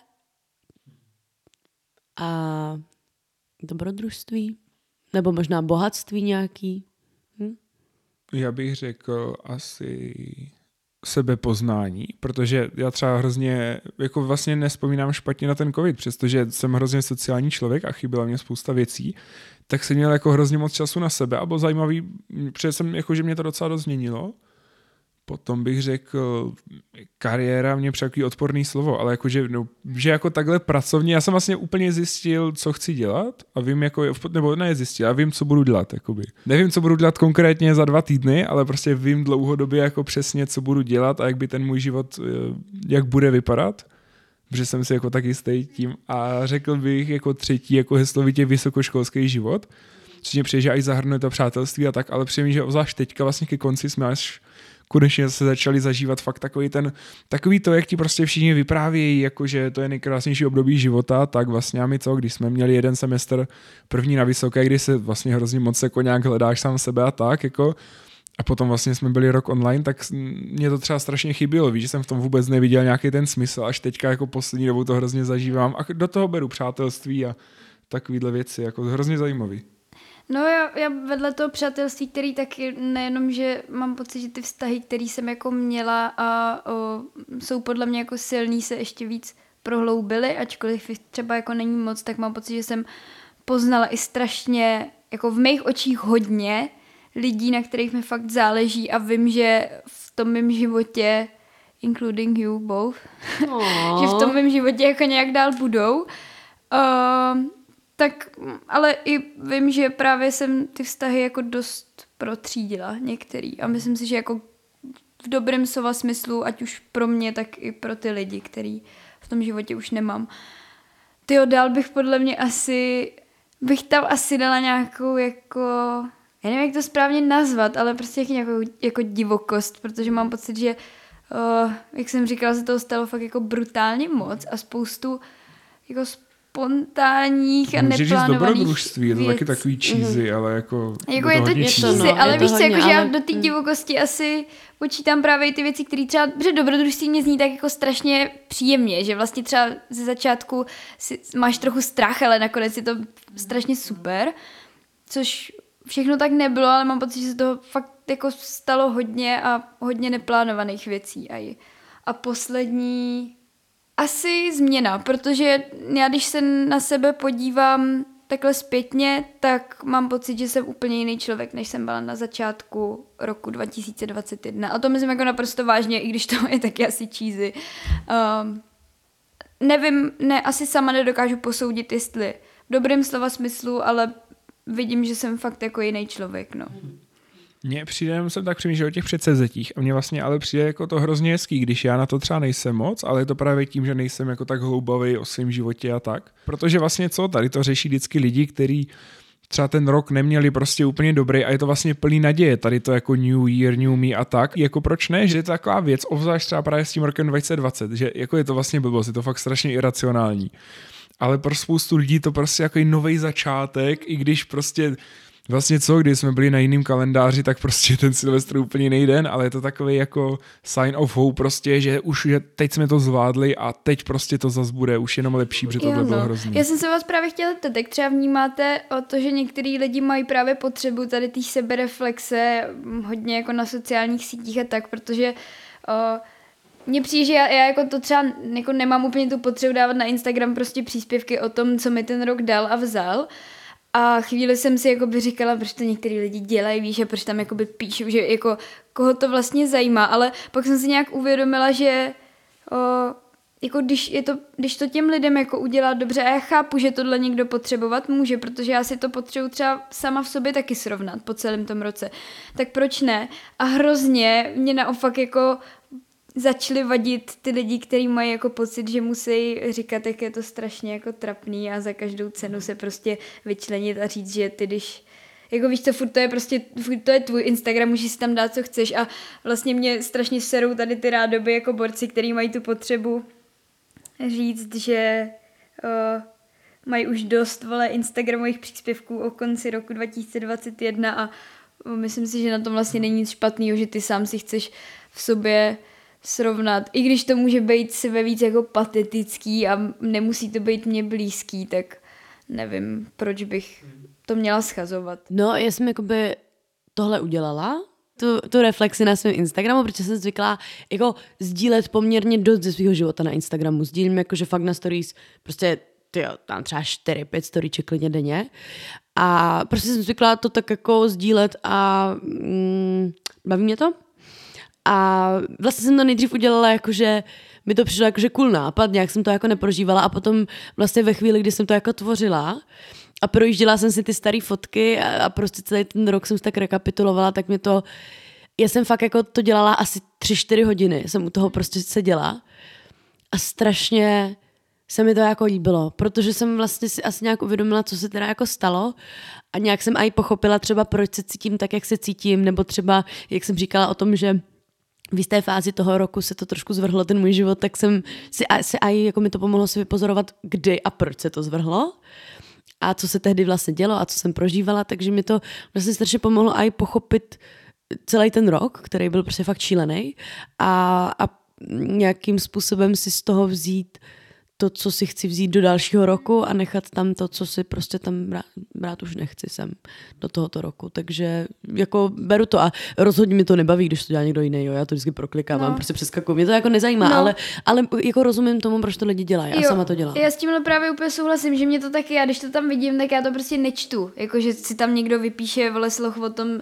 a dobrodružství, nebo možná bohatství nějaký. Hm? Já bych řekl asi sebepoznání, protože já třeba hrozně, jako vlastně nespomínám špatně na ten covid, přestože jsem hrozně sociální člověk a chyběla mě spousta věcí, tak jsem měl jako hrozně moc času na sebe a bylo zajímavý, protože jsem, jako, že mě to docela dost změnilo. Potom bych řekl, kariéra mě překvapí odporný slovo, ale jakože, no, že jako takhle pracovně, já jsem vlastně úplně zjistil, co chci dělat a vím, jako, nebo ne zjistil, já vím, co budu dělat, jakoby. Nevím, co budu dělat konkrétně za dva týdny, ale prostě vím dlouhodobě jako přesně, co budu dělat a jak by ten můj život, jak bude vypadat, protože jsem si jako tak jistý tím a řekl bych jako třetí, jako heslovitě vysokoškolský život, což mě přijde, že až zahrnuje to přátelství a tak, ale přijde mi, že obzvlášť teďka vlastně ke konci jsme až konečně se začali zažívat fakt takový ten, takový to, jak ti prostě všichni vyprávějí, jakože to je nejkrásnější období života, tak vlastně a my co, když jsme měli jeden semestr první na vysoké, kdy se vlastně hrozně moc jako nějak hledáš sám sebe a tak, jako a potom vlastně jsme byli rok online, tak mě to třeba strašně chybělo, víš, že jsem v tom vůbec neviděl nějaký ten smysl, až teďka jako poslední dobou to hrozně zažívám a do toho beru přátelství a takovýhle věci, jako hrozně zajímavý. No já, já vedle toho přátelství, který taky nejenom, že mám pocit, že ty vztahy, které jsem jako měla a o, jsou podle mě jako silný, se ještě víc prohloubily, ačkoliv třeba jako není moc, tak mám pocit, že jsem poznala i strašně, jako v mých očích hodně lidí, na kterých mi fakt záleží a vím, že v tom mém životě, including you both, že v tom mém životě jako nějak dál budou. Uh, Tak, ale i vím, že právě jsem ty vztahy jako dost protřídila některý a myslím si, že jako v dobrém slova smyslu, ať už pro mě, tak i pro ty lidi, který v tom životě už nemám. Tyjo, dál bych podle mě asi, bych tam asi dala nějakou jako, já nevím, jak to správně nazvat, ale prostě jako, nějakou, jako divokost, protože mám pocit, že uh, jak jsem říkala, se toho stalo fakt jako brutálně moc a spoustu jako spontánních a neplánovaných dobrodružství, je to taky takový cheesy, mm. ale jako... Jako je to cheesy, no, ale víš co, jako, že já do té divokosti asi počítám právě ty věci, které třeba, protože dobrodružství mě zní tak jako strašně příjemně, že vlastně třeba ze začátku si, máš trochu strach, ale nakonec je to strašně super, což všechno tak nebylo, ale mám pocit, že se toho fakt jako stalo hodně a hodně neplánovaných věcí. A, a poslední... Asi změna, protože já když se na sebe podívám takhle zpětně, tak mám pocit, že jsem úplně jiný člověk, než jsem byla na začátku roku dva tisíce dvacet jedna. A to myslím jako naprosto vážně, i když to je taky asi cheesy. Um, nevím, ne, asi sama nedokážu posoudit, jestli v dobrém slova smyslu, ale vidím, že jsem fakt jako jiný člověk, no. Mně přijde, jsem tak přemýšlel o těch předsevzetích a mně vlastně ale přijde jako to hrozně hezký, když já na to třeba nejsem moc, ale je to právě tím, že nejsem jako tak hloubavý o svém životě a tak. Protože vlastně co, tady to řeší vždycky lidi, kteří třeba ten rok neměli prostě úplně dobrý a je to vlastně plný naděje, tady to jako New Year, New Me a tak. Jako proč ne, že je to taková věc, obzvlášť třeba právě s tím rokem dva tisíce dvacet, že jako je to vlastně blbost, je to fakt strašně iracionální. Ale pro spoustu lidí to prostě jako nový začátek, i když prostě vlastně co, když jsme byli na jiném kalendáři, tak prostě ten Silvestr úplně jiný den, ale je to takový jako sign of hope prostě, že už že teď jsme to zvládli a teď prostě to zas bude už jenom lepší, protože tohle bylo hrozný. Já jsem se vás právě chtěla ptat, jak třeba vnímáte o to, že některý lidi mají právě potřebu tady té sebereflexe hodně jako na sociálních sítích a tak, protože o, mně přijde, že já, já jako to třeba jako nemám úplně tu potřebu dávat na Instagram prostě příspěvky o tom, co mi ten rok dal a vzal. A chvíli jsem si jakoby říkala, proč to některý lidi dělají, víš, a proč tam jakoby píšou, že jako koho to vlastně zajímá, ale pak jsem si nějak uvědomila, že o, jako když, je to, když to těm lidem jako udělá dobře, a já chápu, že tohle někdo potřebovat může, protože já si to potřebuji třeba sama v sobě taky srovnat po celém tom roce, tak proč ne? A hrozně mě naopak jako začali vadit ty lidi, kteří mají jako pocit, že musí říkat, jak je to strašně jako trapný a za každou cenu se prostě vyčlenit a říct, že ty když jako víš co, furt to je prostě, furt to je tvůj Instagram, můžeš si tam dát, co chceš a vlastně mě strašně serou tady ty rádoby jako borci, kteří mají tu potřebu říct, že uh, mají už dost, vole, Instagramových příspěvků o konci roku dva tisíce dvacet jedna a uh, myslím si, že na tom vlastně není nic špatného, že ty sám si chceš v sobě srovnat, i když to může být sebe víc jako patetický a nemusí to být mě blízký, tak nevím, proč bych to měla schazovat. No, já jsem jakoby tohle udělala, tu, tu reflexi na svém Instagramu, protože jsem zvykla jako sdílet poměrně dost ze svého života na Instagramu. Sdílím jakože fakt na stories, prostě tyjo, tam třeba čtyři pět storyček klidně denně. A prostě jsem zvykla to tak jako sdílet a mm, baví mě to. A vlastně jsem to nejdřív udělala jakože mi to přišlo jakože cool nápad, nějak jsem to jako neprožívala a potom vlastně ve chvíli, kdy jsem to jako tvořila a projížděla jsem si ty staré fotky a, a prostě celý ten rok jsem si tak rekapitulovala, tak mě to, já jsem fakt jako to dělala asi tři čtyři hodiny, jsem u toho prostě seděla a strašně se mi to jako líbilo, protože jsem vlastně si asi nějak uvědomila, co se teda jako stalo a nějak jsem aj pochopila třeba, proč se cítím tak, jak se cítím, nebo třeba, jak jsem říkala o tom, že v jisté fázi toho roku se to trošku zvrhlo, ten můj život, tak jsem si, si aj jako mi to pomohlo si vypozorovat, kdy a proč se to zvrhlo a co se tehdy vlastně dělo a co jsem prožívala, takže mi to vlastně strašně pomohlo aj pochopit celý ten rok, který byl prostě fakt šílený a, a nějakým způsobem si z toho vzít to, co si chci vzít do dalšího roku a nechat tam to, co si prostě tam brát, brát už nechci sem do tohoto roku. Takže jako beru to a rozhodně mi to nebaví, když to dělá někdo jiný. Jo. Já to vždycky proklikávám, no. Prostě přeskakuju. Mě to jako nezajímá, no. ale, ale jako rozumím tomu, proč to lidi dělají a jo, sama to dělám. Já s tímhle právě úplně souhlasím, že mě to taky, já když to tam vidím, tak já to prostě nečtu. Jakože si tam někdo vypíše vole sloh o tom,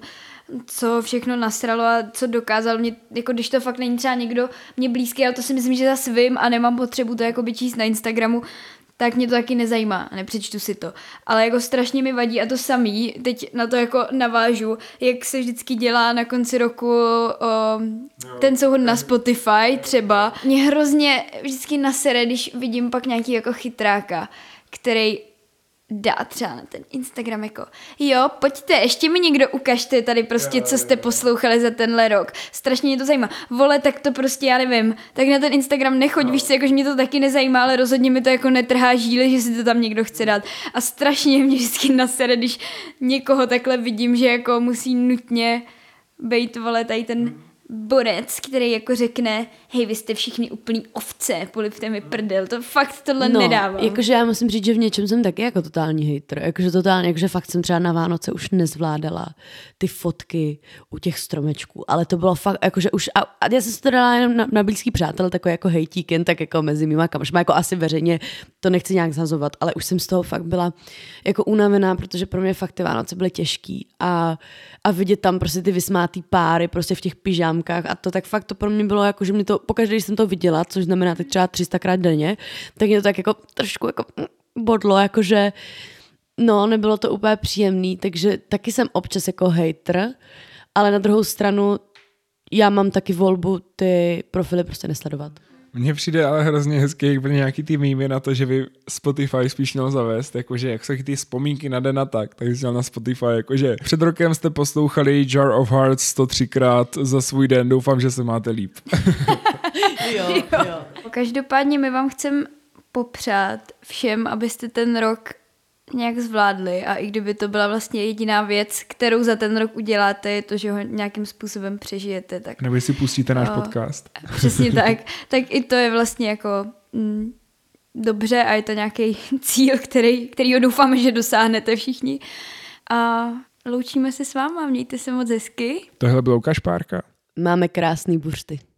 co všechno nasralo a co dokázal mě, jako když to fakt není třeba někdo mě blízký, ale to si myslím, že za svým a nemám potřebu to jako by číst na Instagramu, tak mě to taky nezajímá, nepřečtu si to. Ale jako strašně mi vadí a to samý, teď na to jako navážu, jak se vždycky dělá na konci roku o, ten souhrn na Spotify třeba. Mě hrozně vždycky nasere, když vidím pak nějaký jako chytráka, který dá třeba na ten Instagram jako jo, pojďte, ještě mi někdo ukažte tady prostě, co jste poslouchali za tenhle rok. Strašně mě to zajímá. Vole, tak to prostě já nevím. Tak na ten Instagram nechoď, no. Víš co, jakože mě to taky nezajímá, ale rozhodně mi to jako netrhá žíly, že si to tam někdo chce dát. A strašně mě vždycky nasere, když někoho takhle vidím, že jako musí nutně bejt, vole, tady ten borec, který jako řekne, hej, vy jste všichni úplný ovce, polipte mi prdel, to fakt tohle no, nedávám. Jakože já musím říct, že v něčem jsem taky jako totální hejter, jakože totálně, jakože fakt jsem třeba na Vánoce už nezvládala ty fotky u těch stromečků, ale to bylo fakt, jakože už, a, a já jsem si to dala jenom na, na blízký přátel, takový jako hejtík, jen tak jako mezi mýma kamošma, jako asi veřejně to nechci nějak zhazovat, ale už jsem z toho fakt byla jako unavená, protože pro mě fakt ty Vánoce byly těžký a, a vidět tam prostě ty vysmátý páry prostě v těch pyžámkách a to tak fakt to pro mě bylo jako, že mi to, pokaždé, když jsem to viděla, což znamená tak třeba tři sta krát denně, tak mě to tak jako trošku jako bodlo, jakože no, nebylo to úplně příjemný, takže taky jsem občas jako hejtr, ale na druhou stranu já mám taky volbu ty profily prostě nesledovat. Mně přijde ale hrozně hezký, jak byly nějaký ty mýmy na to, že by Spotify spíš měl zavést, jakože jak jsou ty vzpomínky na den a tak, tak jsi na Spotify, jakože před rokem jste poslouchali Jar of Hearts sto tři krát za svůj den, doufám, že se máte líp. jo, jo. Každopádně my vám chcem popřát všem, abyste ten rok nějak zvládli a i kdyby to byla vlastně jediná věc, kterou za ten rok uděláte, je to, že ho nějakým způsobem přežijete. Tak, nebo si pustíte náš o, podcast. Přesně tak. Tak i to je vlastně jako mm, dobře a je to nějaký cíl, který, kterýho doufáme, že dosáhnete všichni. A loučíme se s váma, mějte se moc hezky. Tohle byl Lukáš Párka. Máme krásný buřty.